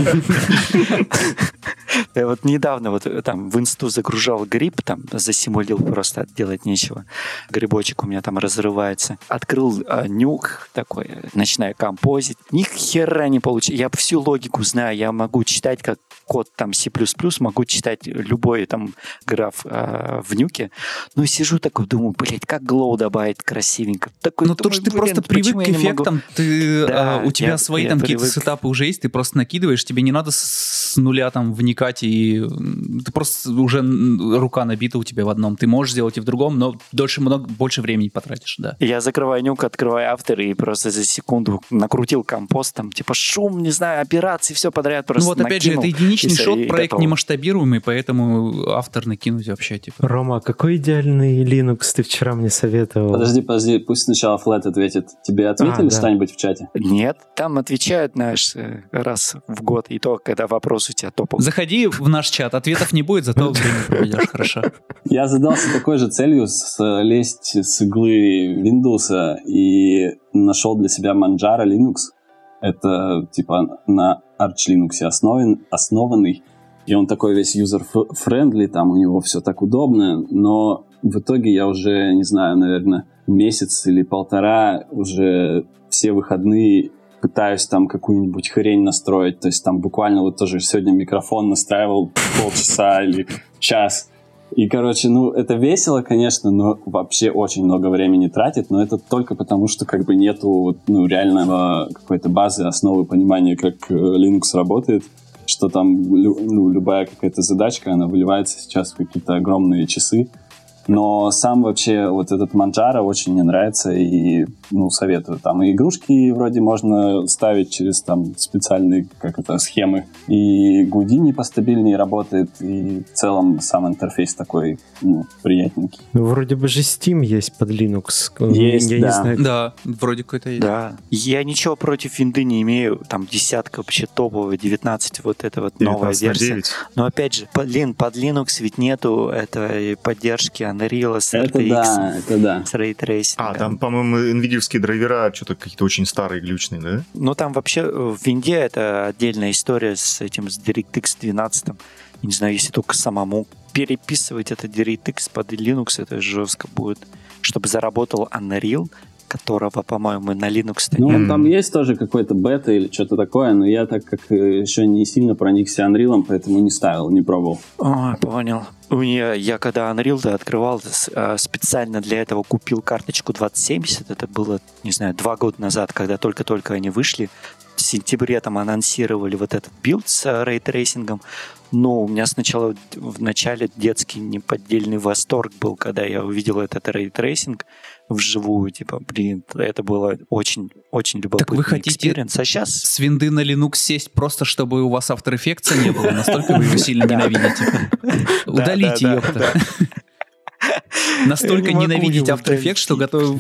Я вот недавно вот там в инсту загружал гриб, там засимулил, просто делать нечего. Грибочек у меня там разрывается. Открыл нюк такой, начинаю композить. Ни хера не получилось. Я всю логику знаю. Я могу читать как код там C++, могу читать любой там граф в нюке. Но сижу такой, думаю, блядь, как glow добавить красивенько. Такой, ну тут же ты просто привык к эффектам. Ты, у тебя свои там какие-то сетапы уже есть, ты просто накидываешь, тебе не надо с нуля там вникать, и ты просто уже рука набита у тебя в одном. Ты можешь сделать и в другом, но больше времени потратишь, да. Я закрываю нюк, открываю автор и просто за секунду накрутил компост, там, типа шум, не знаю, операции, все подряд просто вот опять же, это единичный шот, проект не масштабируемый, поэтому автор накинуть вообще, типа. Рома, какой идеальный Linux ты вчера мне советовал? Подожди, пусть сначала Флэт ответит. Тебе ответили что-нибудь в чате? Нет, там отвечают, знаешь, раз в год, и то, когда вопрос у тебя топовый. Заходи в наш чат, ответов не будет, зато время проведешь хорошо. Я задался такой же целью слезть с иглы Windows и нашел для себя Manjaro Linux. Это типа на Arch Linux основанный, и он такой весь user-friendly, там у него все так удобно, но в итоге я уже, не знаю, наверное, месяц или полтора уже все выходные пытаюсь там какую-нибудь хрень настроить, то есть там буквально вот тоже сегодня микрофон настраивал полчаса или час. И, короче, ну, это весело, конечно, но вообще очень много времени тратит, но это только потому, что как бы нету, ну, реального какой-то базы, основы понимания, как Linux работает, что там, ну, любая какая-то задачка, она выливается сейчас в какие-то огромные часы. Но сам вообще вот этот Manjaro очень мне нравится и, ну, советую. Там и игрушки вроде можно ставить через там специальные, как это, схемы. И Houdini постабильнее работает, и в целом сам интерфейс такой, ну, приятненький. Ну, вроде бы же Steam есть под Linux. Есть, я не знаю. Да, вроде какой-то есть. Да. Я ничего против винды не имею. Там 10 вообще топовая, 19 вот это вот новая версия. Но опять же, блин, под Linux ведь нету этой поддержки Unreal, RTX, это да. с Ray Tracing. Там, по-моему, NVIDIA-вские драйвера что-то какие-то очень старые, глючные, да? Ну, там вообще в винде это отдельная история с этим, с DirectX 12. Я не знаю, если только самому переписывать этот DirectX под Linux, это жестко будет. Чтобы заработал Unreal, которого, по-моему, на Linux Ну, нет. там есть тоже какой-то бета или что-то такое, но я так как еще не сильно проникся Unreal, поэтому не ставил, не пробовал. Понял. Я когда Unreal открывал, специально для этого купил карточку 2070. Это было, не знаю, 2 года назад, когда только-только они вышли. В сентябре там анонсировали вот этот билд с рейтрейсингом. Но у меня сначала в начале детский неподдельный восторг был, когда я увидел этот рейтрейсинг вживую. Типа, блин, это было очень любопытный Так вы хотите экспириенс. А сейчас... с винды на Linux сесть просто, чтобы у вас After Effects не было? Настолько вы его сильно ненавидите? Удалите, ёпта. Настолько ненавидеть After Effects, что готов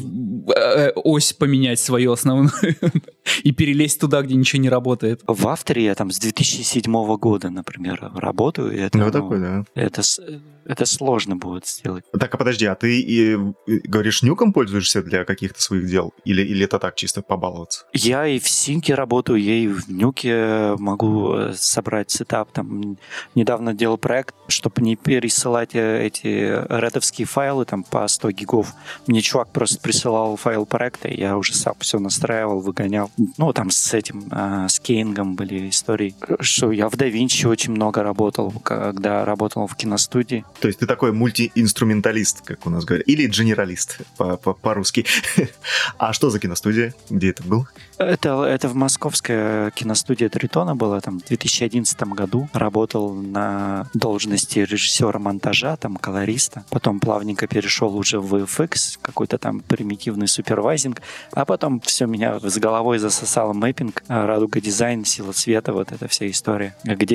ось поменять свою основную и перелезть туда, где ничего не работает. В After я там с 2007 года, например, работаю. И это, Ну, такой, да. Это сложно будет сделать. Так, а подожди, а ты говоришь, нюком пользуешься для каких-то своих дел? Или это так, чисто побаловаться? Я и в синке работаю, я и в нюке могу собрать сетап. Там недавно делал проект, чтобы не пересылать эти редовские файлы там по 100 гигов. Мне чувак просто присылал файл проекта, и я уже сам все настраивал, выгонял. Ну, там с этим, с кейнгом были истории. Что я в DaVinci очень много работал, когда работал в киностудии. То есть ты такой мультиинструменталист, как у нас говорят, или дженералист по-русски. А что за киностудия? Где это был? Это в московской киностудии Тритона было, там, в 2011 году. Работал на должности режиссера монтажа, там, колориста. Потом плавненько перешел уже в VFX, какой-то там примитивный супервайзинг. А потом все меня с головой засосало мэппинг, радуга дизайн, сила цвета, вот эта вся история.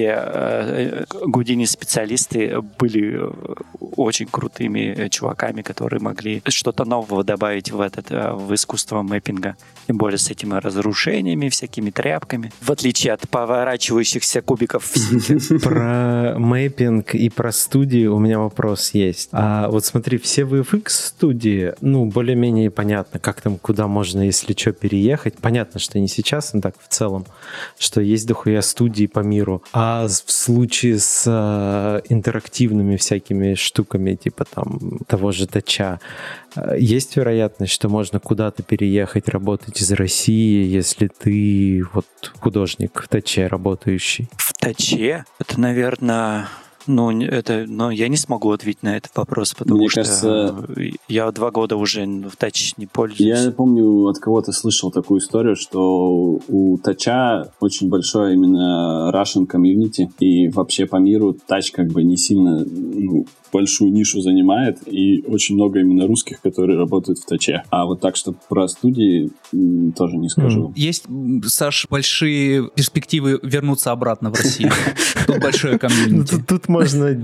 Где Гудини-специалисты были очень крутыми чуваками, которые могли что-то нового добавить в искусство мэппинга. Тем более с этими разрушениями, всякими тряпками. В отличие от поворачивающихся кубиков в синке. Про мэппинг и про студии у меня вопрос есть. А вот смотри, все VFX студии, ну, более-менее понятно, как там, куда можно, если что, переехать. Понятно, что не сейчас, но так в целом, что есть дохуя студии по миру. А в случае с интерактивными всякими штуками, типа там того же Тача, есть вероятность, что можно куда-то переехать, работать из России, если ты вот художник в Таче работающий? В Таче? Это, наверное... но я не смогу ответить на этот вопрос, потому Мне что кажется, я 2 года уже в Touch не пользуюсь. Я помню, от кого-то слышал такую историю, что у Тача очень большое именно Russian community, и вообще по миру Touch как бы не сильно большую нишу занимает, и очень много именно русских, которые работают в Таче. А вот так, что про студии тоже не скажу. Есть, Саш, большие перспективы вернуться обратно в Россию. Тут большое комьюнити. Тут можно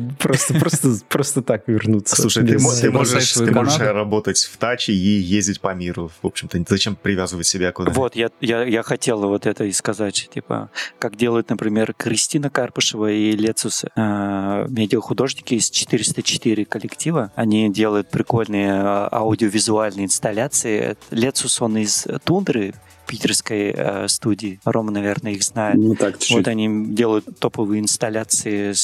просто так вернуться. Слушай, ты можешь Канаду. работать в Таче и ездить по миру. В общем-то, зачем привязывать себя куда-то? Вот, я хотел вот это и сказать, типа, как делают, например, Кристина Карпышева и Лецус, медиахудожники из 404 коллектива. Они делают прикольные аудиовизуальные инсталляции. Лецус, он из Тундры, питерской студии. Рома, наверное, их знает. Ну так, чуть-чуть. Вот они делают топовые инсталляции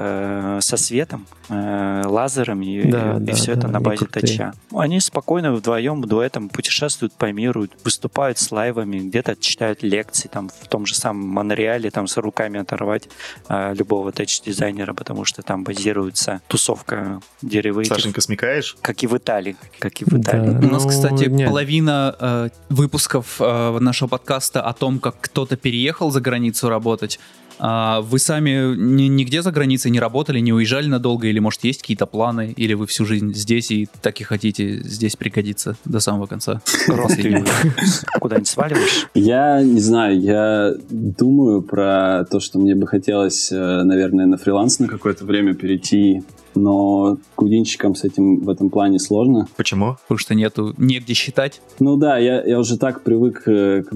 со светом, лазером, и все это на базе Тача. Они спокойно вдвоем, дуэтом путешествуют по миру, выступают с лайвами, где-то читают лекции, там, в том же самом Монреале, там, с руками оторвать любого тач-дизайнера, потому что там базируется тусовка деривейтов. Сашенька, смекаешь? Как и в Италии. Да. У нас, кстати, половина выпусков нашего подкаста о том, как кто-то переехал за границу работать. Вы сами нигде за границей не работали, не уезжали надолго, или, может, есть какие-то планы, или вы всю жизнь здесь и так и хотите здесь пригодиться до самого конца? Ром, ты куда-нибудь сваливаешь? Я не знаю, я думаю про то, что мне бы хотелось, наверное, на фриланс на какое-то время перейти, но гудинщикам с этим в этом плане сложно. Почему? Потому что негде считать. Ну да, я уже так привык к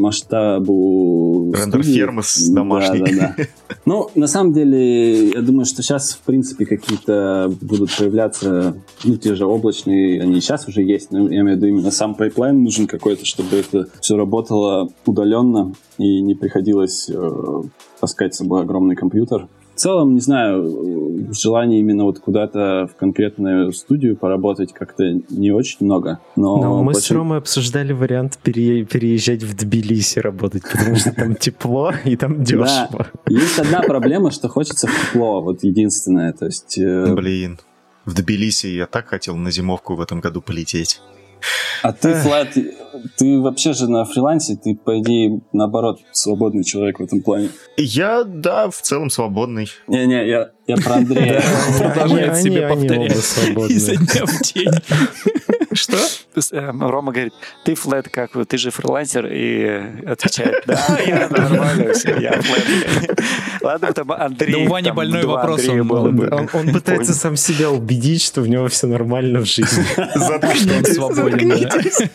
масштабу Рендер-фермы с домашней. Да. Ну, на самом деле, я думаю, что сейчас, в принципе, какие-то будут появляться, те же облачные, они сейчас уже есть, но я имею в виду именно сам пайплайн нужен какой-то, чтобы это все работало удаленно и не приходилось таскать с собой огромный компьютер. В целом, не знаю, желания именно вот куда-то в конкретную студию поработать как-то не очень много. Но мы с Ромой обсуждали вариант переезжать в Тбилиси работать, потому что там тепло и там дешево. Да, есть одна проблема, что хочется в тепло, вот единственное. То есть... Блин, в Тбилиси я так хотел на зимовку в этом году полететь. А ты, Влад, ты вообще же на фрилансе, ты, по идее, наоборот, свободный человек в этом плане. Я, да, в целом свободный. Не-не, я про Андрея. Продолжает себе повторять изо дня в день. Что? Рома говорит, ты, Флэт, как вы, ты же фрилансер, и отвечает, да, я нормально, все, я Флэт. Ладно, там Андрей. Да у Вани больной вопрос. Он пытается сам себя убедить, что у него все нормально в жизни. Заткнитесь, свободен.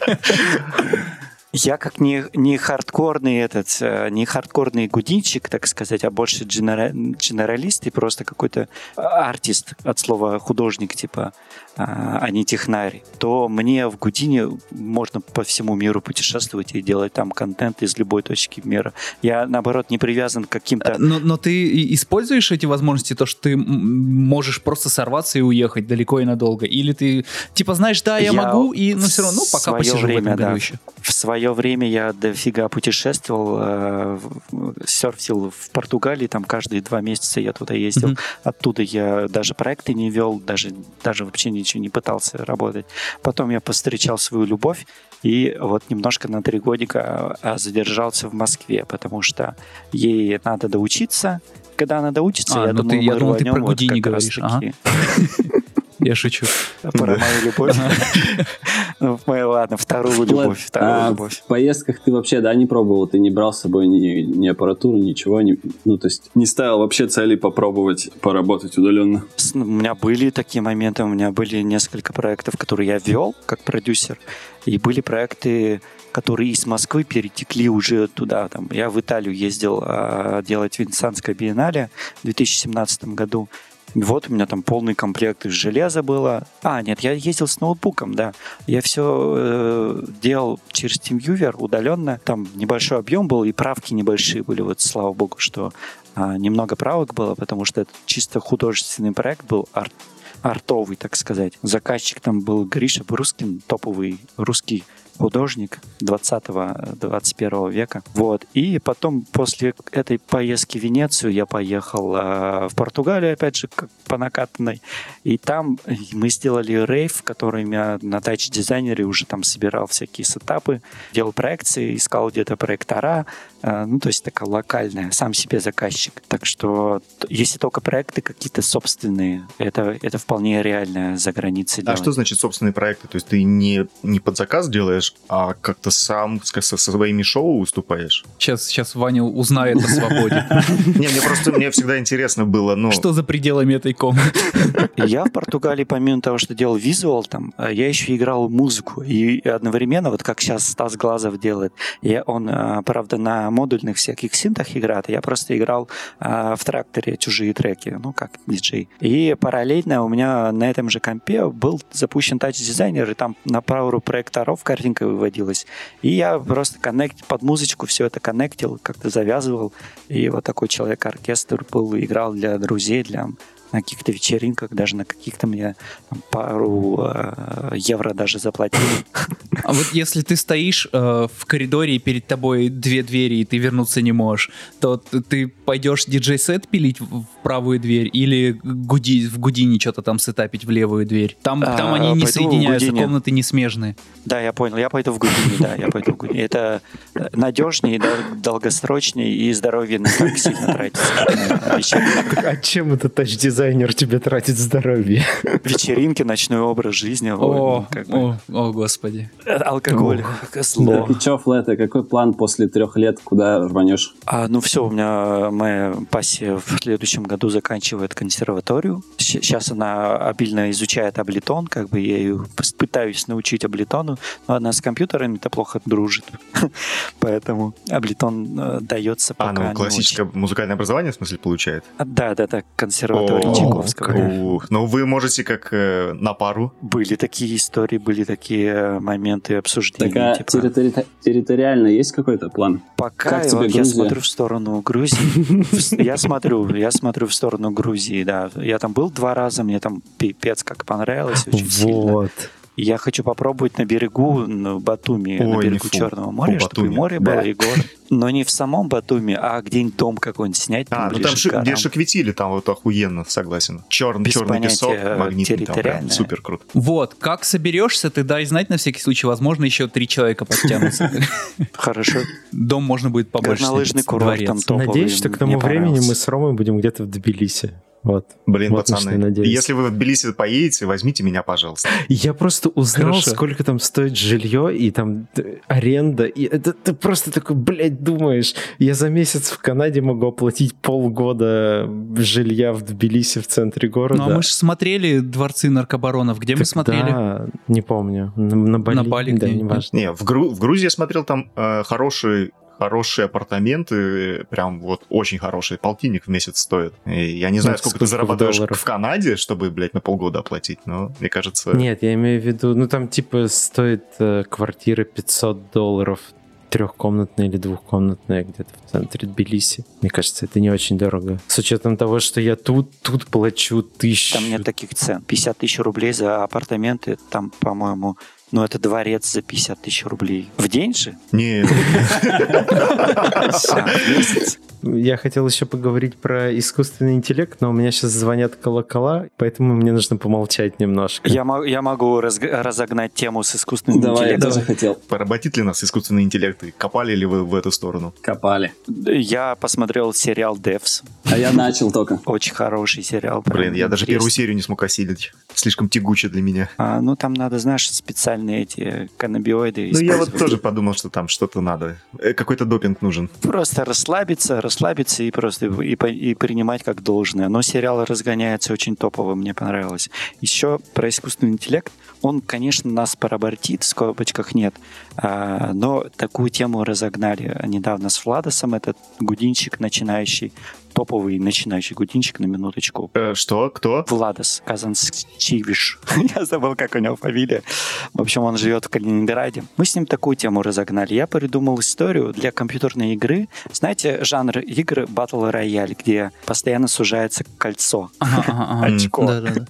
Я как не хардкорный гудинчик, так сказать, а больше генералист и просто какой-то артист от слова художник, типа, а не технарь, то мне в Гудине можно по всему миру путешествовать и делать там контент из любой точки мира. Я, наоборот, не привязан к каким-то... Но ты используешь эти возможности, то, что ты можешь просто сорваться и уехать далеко и надолго? Или ты, типа, знаешь, да, я могу, но все равно пока посижу в этом году еще? В свое время я дофига путешествовал, серфил в Португалии, там каждые 2 месяца я туда ездил. Оттуда я даже проекты не вел, даже вообще ничего не пытался работать. Потом я повстречал свою любовь и вот немножко на 3 годика задержался в Москве, потому что ей надо доучиться. Когда она доучится, я думал, ты про Гудини говоришь. Я шучу. Про мою любовь. Ладно, вторую любовь. В поездках ты вообще, да, не пробовал? Ты не брал с собой ни аппаратуру, ничего? Ну, то есть не ставил вообще цели попробовать поработать удаленно? У меня были такие моменты, у меня были несколько проектов, которые я вел как продюсер, и были проекты, которые из Москвы перетекли уже туда. Там, я в Италию ездил делать Венецианское биеннале в 2017 году. Вот у меня там полный комплект из железа было. Нет, я ездил с ноутбуком, да. Я все делал через TeamViewer удаленно. Там небольшой объем был, и правки небольшие были. Вот слава богу, что немного правок было, потому что это чисто художественный проект был, артовый, так сказать. Заказчик там был Гриша Брускин, топовый русский художник 20-21 века. Вот. И потом после этой поездки в Венецию я поехал в Португалию, опять же, по накатанной. И там мы сделали рейв, в котором я на тач-дизайнере уже там собирал всякие сетапы, делал проекции, искал где-то проектора. То есть такая локальная, сам себе заказчик. Так что если только проекты какие-то собственные, это вполне реально за границей делать. А что значит собственные проекты? То есть ты не под заказ делаешь, а как-то сам со своими шоу выступаешь? Сейчас Ваня узнает о свободе. Мне всегда интересно было, что за пределами этой комнаты? Я в Португалии, помимо того, что делал визуал, там, я еще играл музыку. И одновременно, вот как сейчас Стас Глазов делает, он, правда, на модульных всяких синтах играет, а я просто играл в тракторе чужие треки, как диджей. И параллельно у меня на этом же компе был запущен тач-дизайнер, и там на пару проекторов картинка выводилась. И я просто под музычку все это коннектил, как-то завязывал. И вот такой человек-оркестр был, играл для друзей, на каких-то вечеринках, даже на каких-то мне пару евро даже заплатили. А вот если ты стоишь в коридоре, и перед тобой 2 двери, и ты вернуться не можешь, то ты пойдешь диджей-сет пилить в правую дверь или в Гудине что-то там сетапить в левую дверь? Там они не соединяются, комнаты не смежные. Да, я понял. Я пойду в Гудине, Это надежнее, долгосрочнее, и здоровье не так сильно тратится. А чем этот тач-дизайнер тебе тратит здоровье? Вечеринки, ночной образ жизни. О, господи. Алкоголь. Зло. И что, Флэт, какой план после 3 лет? Куда рванешь? Все, у меня моя пассия в следующем году заканчивает консерваторию. Сейчас она обильно изучает Ableton, я ее пытаюсь научить Ableton, но она с компьютерами-то плохо дружит. Поэтому Ableton дается пока не очень. Классическое музыкальное образование, в смысле, получает? Да, консерватория Чайковского. Ну, вы можете как на пару. Были такие истории, были такие моменты обсуждения. Так, территориально есть какой-то план? Пока я смотрю в сторону Грузии. Я смотрю в сторону Грузии, да. Я там был 2 раза, мне там пипец как понравилось очень сильно. И я хочу попробовать на берегу, на Батуми, на берегу Черного моря, чтобы и море было, и горы. Но не в самом Батуми, а где-нибудь дом какой-нибудь снять. Ну там где Шакветили, там вот охуенно, согласен. Черный песок, магнитный, там прям супер круто. Вот, как соберешься, ты дай знать на всякий случай, возможно, еще 3 человека подтянутся. Хорошо. Дом можно будет побольше. Горнолыжный курорт там топовый. Надеюсь, что к тому времени мы с Ромой будем где-то в Тбилиси. Вот. Блин, вот, пацаны, если вы в Тбилиси поедете, возьмите меня, пожалуйста. Я просто узнал, сколько там стоит жилье, и там аренда, и это ты просто такой, блядь, думаешь, я за месяц в Канаде могу оплатить полгода жилья в Тбилиси в центре города. Ну, а мы же смотрели «Дворцы наркобаронов». Где мы смотрели? Да, не помню. На Бали? На Бали, да, не важно. Не, в Грузии я смотрел, там хорошие апартаменты, прям вот очень хорошие, $1,000 в месяц стоят. И я не знаю, сколько ты зарабатываешь в Канаде, чтобы, блядь, на полгода оплатить, но мне кажется... Нет, я имею в виду, ну там типа стоит квартира $500, 3-комнатная или 2-комнатная где-то в центре Тбилиси. Мне кажется, это не очень дорого. С учетом того, что я тут плачу 1000... Там нет таких цен. 50 тысяч рублей за апартаменты, там, по-моему... Ну, это дворец за 50 тысяч рублей. В день же? Не. Я хотел еще поговорить про искусственный интеллект, но у меня сейчас звонят колокола, поэтому мне нужно помолчать немножко. Я могу разогнать тему с искусственным интеллектом. Я тоже хотел. Поработит ли нас искусственный интеллект? И копали ли вы в эту сторону? Копали. Я посмотрел сериал Devs. А я начал только. Очень хороший сериал. Блин, я даже первую серию не смог осилить. Слишком тягуче для меня. Ну, там надо, знаешь, специальные эти каннабиоиды. Ну, я вот тоже подумал, что там что-то надо. Какой-то допинг нужен. Просто расслабиться и просто и принимать как должное. Но сериал разгоняется очень топово, мне понравилось. Еще про искусственный интеллект. Он, конечно, нас поработит, в скобочках нет. Но такую тему разогнали недавно с Владосом. Этот гудинчик начинающий, топовый начинающий гудинчик, на минуточку. Что? Кто? Владос Казанчевич. Я забыл, как у него фамилия. В общем, он живет в Калининграде. Мы с ним такую тему разогнали. Я придумал историю для компьютерной игры. Знаете, жанр игры Battle Royale, где постоянно сужается кольцо. Очко. Да-да-да.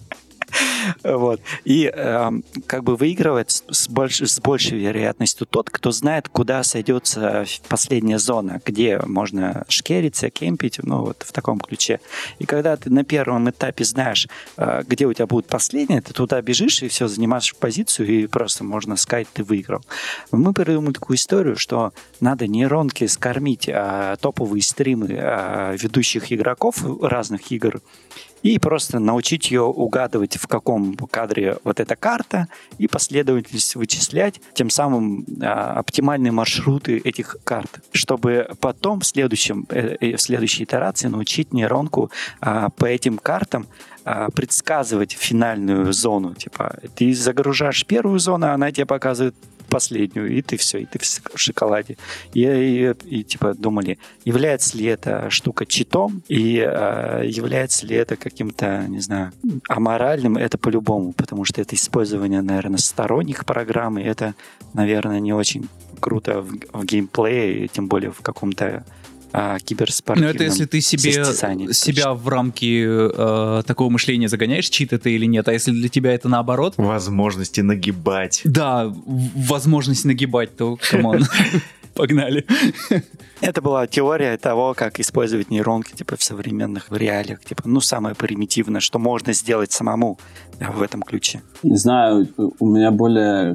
Вот. И как бы выигрывает с большей вероятностью тот, кто знает, куда сойдется последняя зона, где можно шкериться, кемпить, ну вот в таком ключе. И когда ты на первом этапе знаешь, где у тебя будет последняя, ты туда бежишь и все, занимаешь позицию, и просто можно сказать, ты выиграл. Мы придумали такую историю, что надо нейронки скормить топовые стримы ведущих игроков разных игр, и просто научить ее угадывать, в каком кадре вот эта карта, и последовательность вычислять, тем самым оптимальные маршруты этих карт, чтобы потом в следующей итерации научить нейронку по этим картам предсказывать финальную зону. Типа, ты загружаешь первую зону, она тебе показывает последнюю, и ты все, и ты в шоколаде. И типа думали, является ли эта штука читом, и является ли это каким-то, не знаю, аморальным, это по-любому, потому что это использование, наверное, сторонних программ, и это, наверное, не очень круто в геймплее, тем более в каком-то киберспортивном. Ну, это если ты себя в рамки такого мышления загоняешь, чит это или нет, а если для тебя это наоборот... Возможности нагибать. Да, возможность нагибать, то, камон, погнали. Это была теория того, как использовать нейронки типа в современных реалиях. Типа, ну, самое примитивное, что можно сделать самому в этом ключе. Не знаю, у меня более,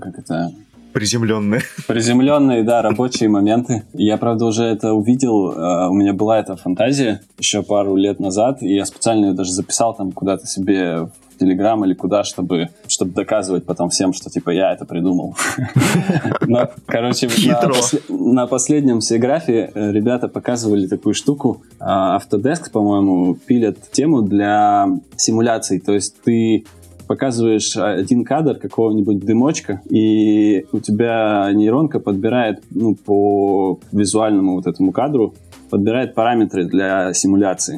Приземленные, да, рабочие моменты. Я, правда, уже это увидел. У меня была эта фантазия еще пару лет назад, и я специально ее даже записал там куда-то себе в Телеграм или куда, чтобы доказывать потом всем, что типа я это придумал. Но, короче, на последнем Сеграфе ребята показывали такую штуку. Autodesk, по-моему, пилят тему для симуляций. То есть ты показываешь один кадр какого-нибудь дымочка, и у тебя нейронка подбирает, ну, по визуальному вот этому кадру, подбирает параметры для симуляции.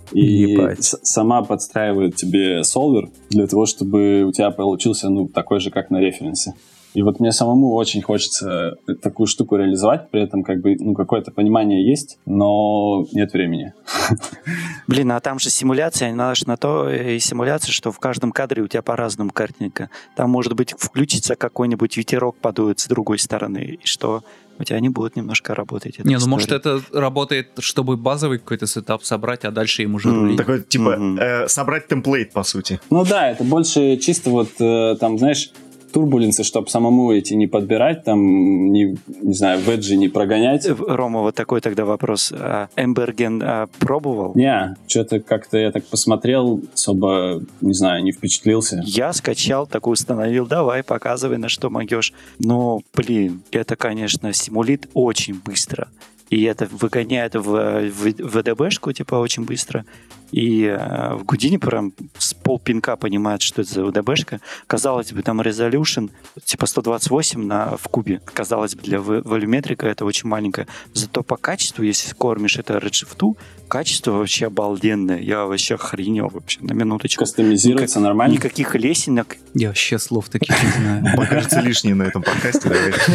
и сама подстраивает тебе солвер для того, чтобы у тебя получился, ну, такой же, как на референсе. И вот мне самому очень хочется такую штуку реализовать, при этом как бы, ну, какое-то понимание есть, но нет времени. Блин, а там же симуляция, надо же на то и симуляция, что в каждом кадре у тебя по-разному картинка. Там, может быть, включится какой-нибудь ветерок, подует с другой стороны, и что у тебя не будет немножко работать. Не, ну может это работает, чтобы базовый какой-то сетап собрать, а дальше им уже рулить. Такой, типа, собрать темплейт, по сути. Ну да, это больше чисто вот там, знаешь, турбуленсы, чтобы самому эти не подбирать, там, не знаю, веджи не прогонять. Рома, вот такой тогда вопрос. Эмберген пробовал? Не, что-то как-то я так посмотрел, особо, не знаю, не впечатлился. Я скачал, такой установил, давай, показывай, на что могешь. Но, блин, это, конечно, симулит очень быстро. И это выгоняет в VDB-шку, типа, очень быстро. И в Houdini прям с полпинка понимает, что это за VDB-шка. Казалось бы, там resolution, типа 128 в кубе. Казалось бы, для волюметрика это очень маленькое. Зато по качеству, если кормишь это Redshift, качество вообще обалденное. Я вообще охренел вообще, на минуточку. Кастомизируется нормально? Никаких лесенок. Я вообще слов таких не знаю. Покажется лишнее на этом подкасте.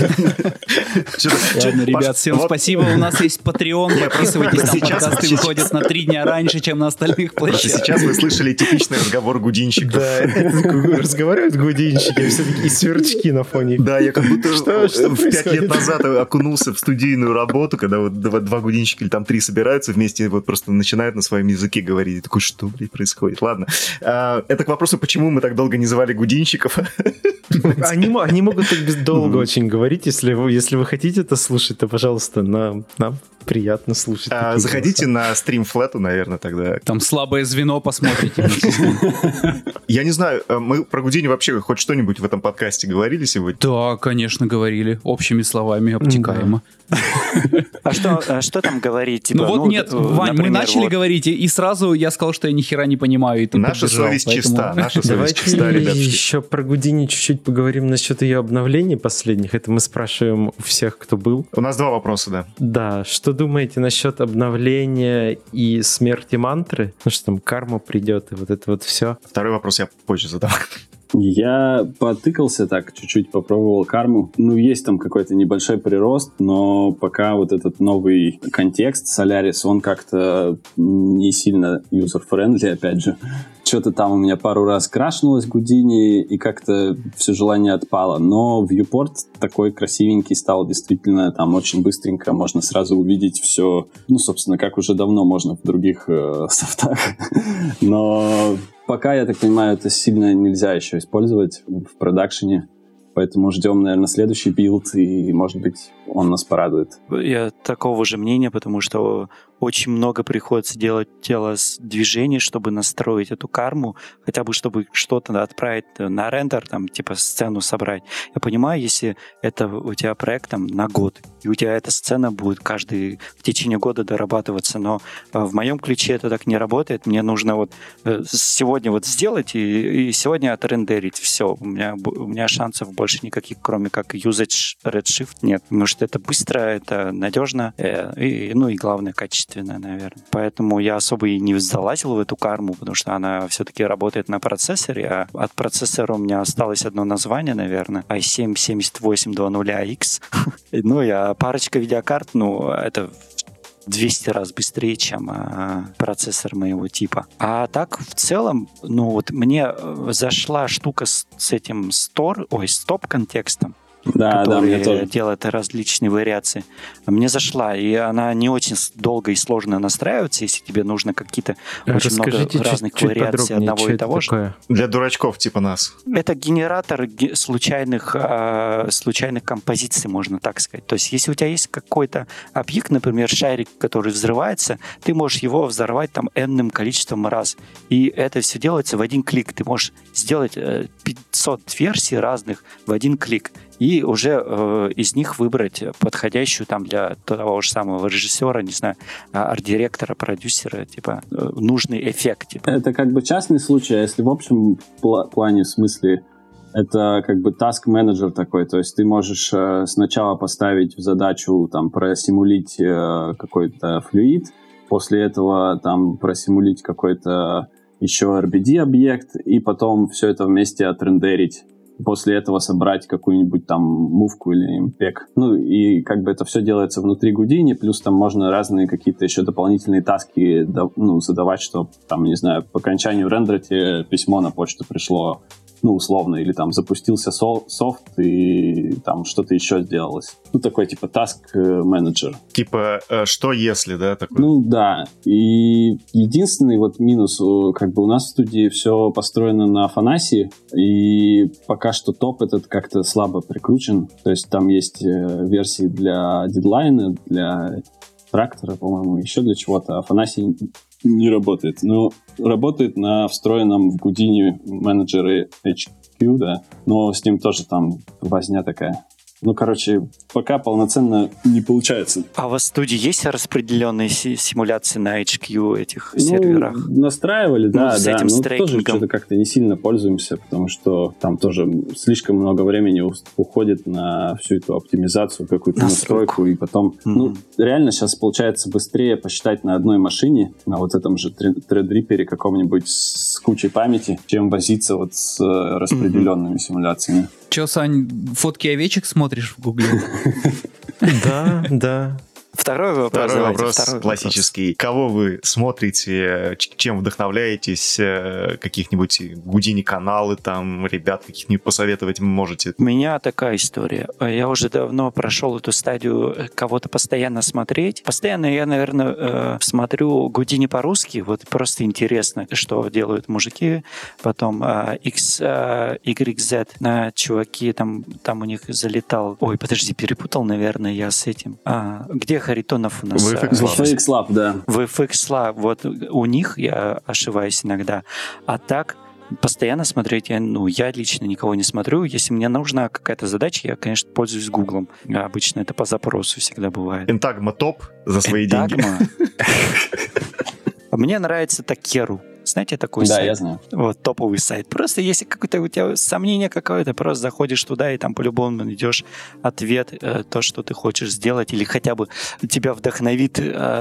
Ладно, ребят, всем спасибо. У нас есть Patreon. Подписывайтесь, там подкасты выходят на 3 дня раньше, чем на остальных площадках. Сейчас вы слышали типичный разговор гудинщиков. Да, разговаривают гудинщики, все такие сверчки на фоне. Да, я как будто 5 лет назад окунулся в студийную работу, когда вот 2 гудинщика или там 3 собираются вместе, вот просто начинают на своем языке говорить. Я такой, что, блядь, происходит? Ладно. Это к вопросу, почему мы так долго не звали гудинщиков. Они могут так долго очень говорить. Если вы хотите это слушать, то, пожалуйста, нам приятно слушать. Заходите на стрим Флэту, наверное, тогда. Там слабое звено посмотрите. Я не знаю, мы про Houdini вообще хоть что-нибудь в этом подкасте говорили сегодня? Да, конечно, говорили. Общими словами, обтекаемо. А что там говорить? Ну вот нет, Вань, мы начали говорить, и сразу я сказал, что я ни хера не понимаю. Наша совесть чиста. Давайте еще про Houdini чуть-чуть поговорим насчет ее обновлений последних. Это мы спрашиваем у всех, кто был. У нас 2 вопроса, да. Да, что думаете насчет обновления и смерти мантры? Ну что там, карма придет и вот это вот все. Второй вопрос я позже задам. Я потыкался так, чуть-чуть попробовал карму. Ну, есть там какой-то небольшой прирост, но пока вот этот новый контекст Solaris, он как-то не сильно user-friendly, опять же. Что-то там у меня пару раз крашнулось Houdini, и как-то все желание отпало. Но Viewport такой красивенький стал, действительно, там очень быстренько можно сразу увидеть все, ну, собственно, как уже давно можно в других софтах. Но пока, я так понимаю, это сильно нельзя еще использовать в продакшене. Поэтому ждем, наверное, следующий билд, и, может быть, он нас порадует. Я такого же мнения, потому что очень много приходится делать движений, чтобы настроить эту карму, хотя бы чтобы что-то отправить на рендер, там, типа сцену собрать. Я понимаю, если это у тебя проект там на год, и у тебя эта сцена будет в течение года дорабатываться, но в моем ключе это так не работает. Мне нужно вот сегодня вот сделать и сегодня отрендерить. Все, у меня шансов больше никаких, кроме как юзать Redshift, нет. Потому что это быстро, это надежно, и главное, качественно, наверное. Поэтому я особо и не залазил в эту карму, потому что она все-таки работает на процессоре, а от процессора у меня осталось одно название, наверное, i7-7820X. Ну, и парочка видеокарт, это 200 раз быстрее, чем процессор моего типа. А так, в целом, мне зашла штука с этим стоп-контекстом, который делает различные вариации. Мне зашла, и она не очень долго и сложно настраивается, если тебе нужно какие-то очень много разных вариаций одного и того же. Для дурачков типа нас. Это генератор случайных композиций, можно так сказать. То есть, если у тебя есть какой-то объект, например, шарик, который взрывается, ты можешь его взорвать там n-ным количеством раз. И это все делается в один клик. Ты можешь сделать 500 версий разных в один клик. И уже из них выбрать подходящую там для того же самого режиссера, не знаю, арт-директора, продюсера, типа нужный эффект. Типа. Это как бы частный случай, а если в общем плане, в смысле, это как бы task-менеджер такой, то есть ты можешь сначала поставить в задачу там просимулить какой-то флюид, после этого там просимулить какой-то еще RBD-объект, и потом все это вместе отрендерить. После этого собрать какую-нибудь там мувку или импек. Ну, и как бы это все делается внутри Houdini, плюс там можно разные какие-то еще дополнительные таски задавать, что там, не знаю, по окончанию рендера тебе письмо на почту пришло, ну, условно, или там запустился софт, и там что-то еще сделалось. Ну, такой, типа, task-менеджер. Типа, что если, да? Такой? Ну, да. И единственный вот минус, как бы у нас в студии все построено на Афанасии, и пока что топ этот как-то слабо прикручен. То есть там есть версии для дедлайна, для трактора, по-моему, еще для чего-то. Афанасий не работает. Но работает на встроенном в Houdini менеджере HQ, да. Но с ним тоже там возня такая. Ну, короче, пока полноценно не получается. А у вас в студии есть распределенные симуляции на HQ этих серверах? Настраивали, да, с да. этим Но стрейкингом. тоже что-то как-то не сильно пользуемся, потому что там тоже слишком много времени уходит на всю эту оптимизацию, какую-то настройку, и потом... Ну, реально сейчас получается быстрее посчитать на одной машине, на вот этом же Threadripper каком-нибудь с кучей памяти, чем возиться вот с распределенными симуляциями. Че, Сань, фотки овечек смотришь в Гугле? Да. Второй вопрос классический. Кого вы смотрите, чем вдохновляетесь, каких-нибудь Houdini-каналы, там, ребят каких-нибудь посоветовать можете? У меня такая история. Я уже давно прошел эту стадию кого-то постоянно смотреть. Постоянно я, наверное, смотрю Houdini по-русски. Вот просто интересно, что делают мужики. Потом YZ, чуваки, там у них залетал... Ой, подожди, перепутал, наверное, я с этим. Где Харитонов у нас? VFX Lab, да. VFX Lab, вот у них я ошибаюсь иногда. А так, постоянно смотреть, я лично никого не смотрю. Если мне нужна какая-то задача, я, конечно, пользуюсь Гуглом. Обычно это по запросу всегда бывает. Entagma топ за свои деньги. Мне нравится Takeru. Знаете такой сайт? Да, я знаю. Вот, топовый сайт. Просто если какое-то у тебя сомнение какое-то, просто заходишь туда и там по-любому найдешь ответ, то, что ты хочешь сделать, или хотя бы тебя вдохновит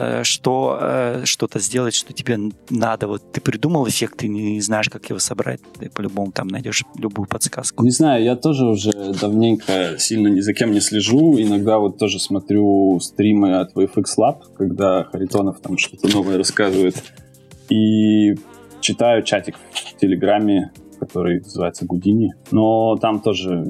что-то сделать, что тебе надо. Вот ты придумал эффект, ты не знаешь, как его собрать, ты по-любому там найдешь любую подсказку. Не знаю, я тоже уже давненько сильно ни за кем не слежу. Иногда вот тоже смотрю стримы от VFX Lab, когда Харитонов там что-то новое рассказывает. И читаю чатик в Телеграме, который называется Houdini. Но там тоже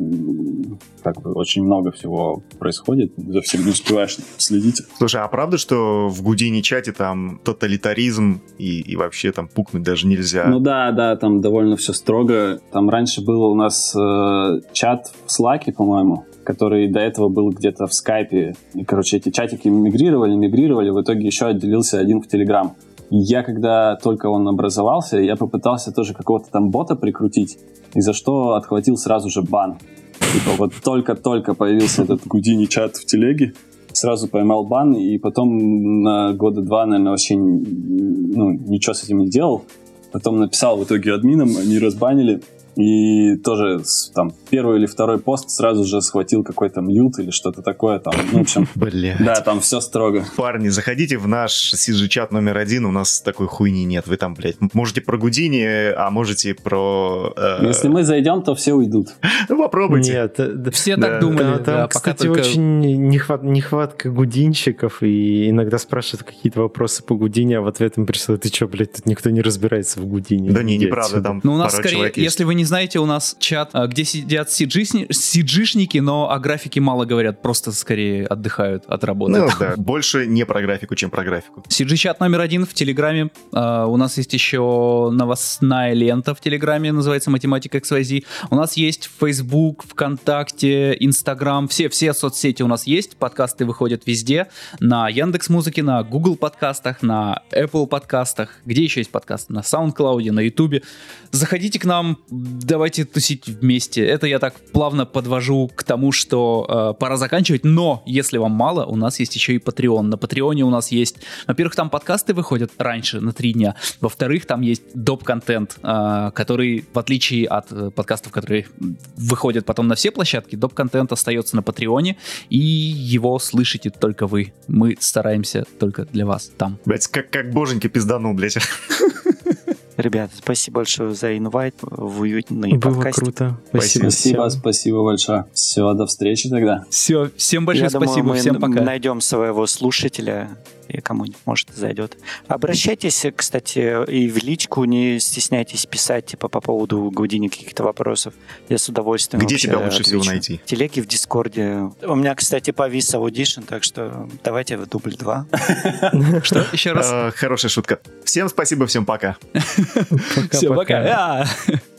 как бы очень много всего происходит. За всем не успеваешь следить. Слушай, а правда, что в Houdini чате там тоталитаризм и вообще там пукнуть даже нельзя? Ну да, там довольно все строго. Там раньше был у нас чат в Slack'е, по-моему, который до этого был где-то в Skype'е. И, короче, эти чатики мигрировали. В итоге еще отделился один в Telegram. Я, когда только он образовался, я попытался тоже какого-то там бота прикрутить, и за что отхватил сразу же бан. Типа вот только-только появился этот Houdini чат в телеге, сразу поймал бан, и потом на года 2, наверное, вообще ничего с этим не делал. Потом написал в итоге админам, они разбанили. И тоже там первый или второй пост сразу же схватил какой-то мьют или что-то такое там. Ну, в общем, да, там все строго. Парни, заходите в наш CG-чат номер 1, у нас такой хуйни нет. Вы там, блядь, можете про Houdini, а можете про... Если мы зайдем, то все уйдут. Ну, попробуйте. Нет, все так думали. Там, кстати, очень нехватка гудинщиков, и иногда спрашивают какие-то вопросы по Houdini, а в ответ им присылают: ты что, блядь, тут никто не разбирается в Houdini. Да неправда, там у нас скорее, если вы не знаете, у нас чат, где сидят CG-шники, но о графике мало говорят, просто скорее отдыхают от работы. Ну да, больше не про графику, чем про графику. CG-чат номер 1 в Телеграме. У нас есть еще новостная лента в Телеграме, называется Математика XYZ. У нас есть Facebook, ВКонтакте, Инстаграм, все соцсети у нас есть. Подкасты выходят везде. На Яндекс.Музыке, на Google подкастах, на Apple подкастах. Где еще есть подкасты? На SoundCloud, на YouTube. Заходите к нам, давайте тусить вместе. Это я так плавно подвожу к тому, что пора заканчивать, но если вам мало, у нас есть еще и Patreon. На Патреоне у нас есть, во-первых, там подкасты выходят раньше, на 3 дня, во-вторых, там есть доп-контент, который, в отличие от подкастов, которые выходят потом на все площадки, доп-контент остается на Патреоне, и его слышите только вы. Мы стараемся только для вас там. Блять, как боженьки пизданул, блять. Ребята, спасибо большое за инвайт в уютный подкаст. Было круто. Спасибо большое. Все, до встречи тогда. Все, всем большое Я спасибо, думаю, всем пока. Мы найдем своего слушателя, и кому-нибудь, может, зайдет. Обращайтесь, кстати, и в личку, не стесняйтесь писать, типа, по поводу Houdini каких-то вопросов. Я с удовольствием Где тебя лучше всего найти? В телеге, в Дискорде. У меня, кстати, повис Audition, так что давайте в дубль 2. Что? Еще раз? Хорошая шутка. Всем спасибо, всем пока. Всем пока.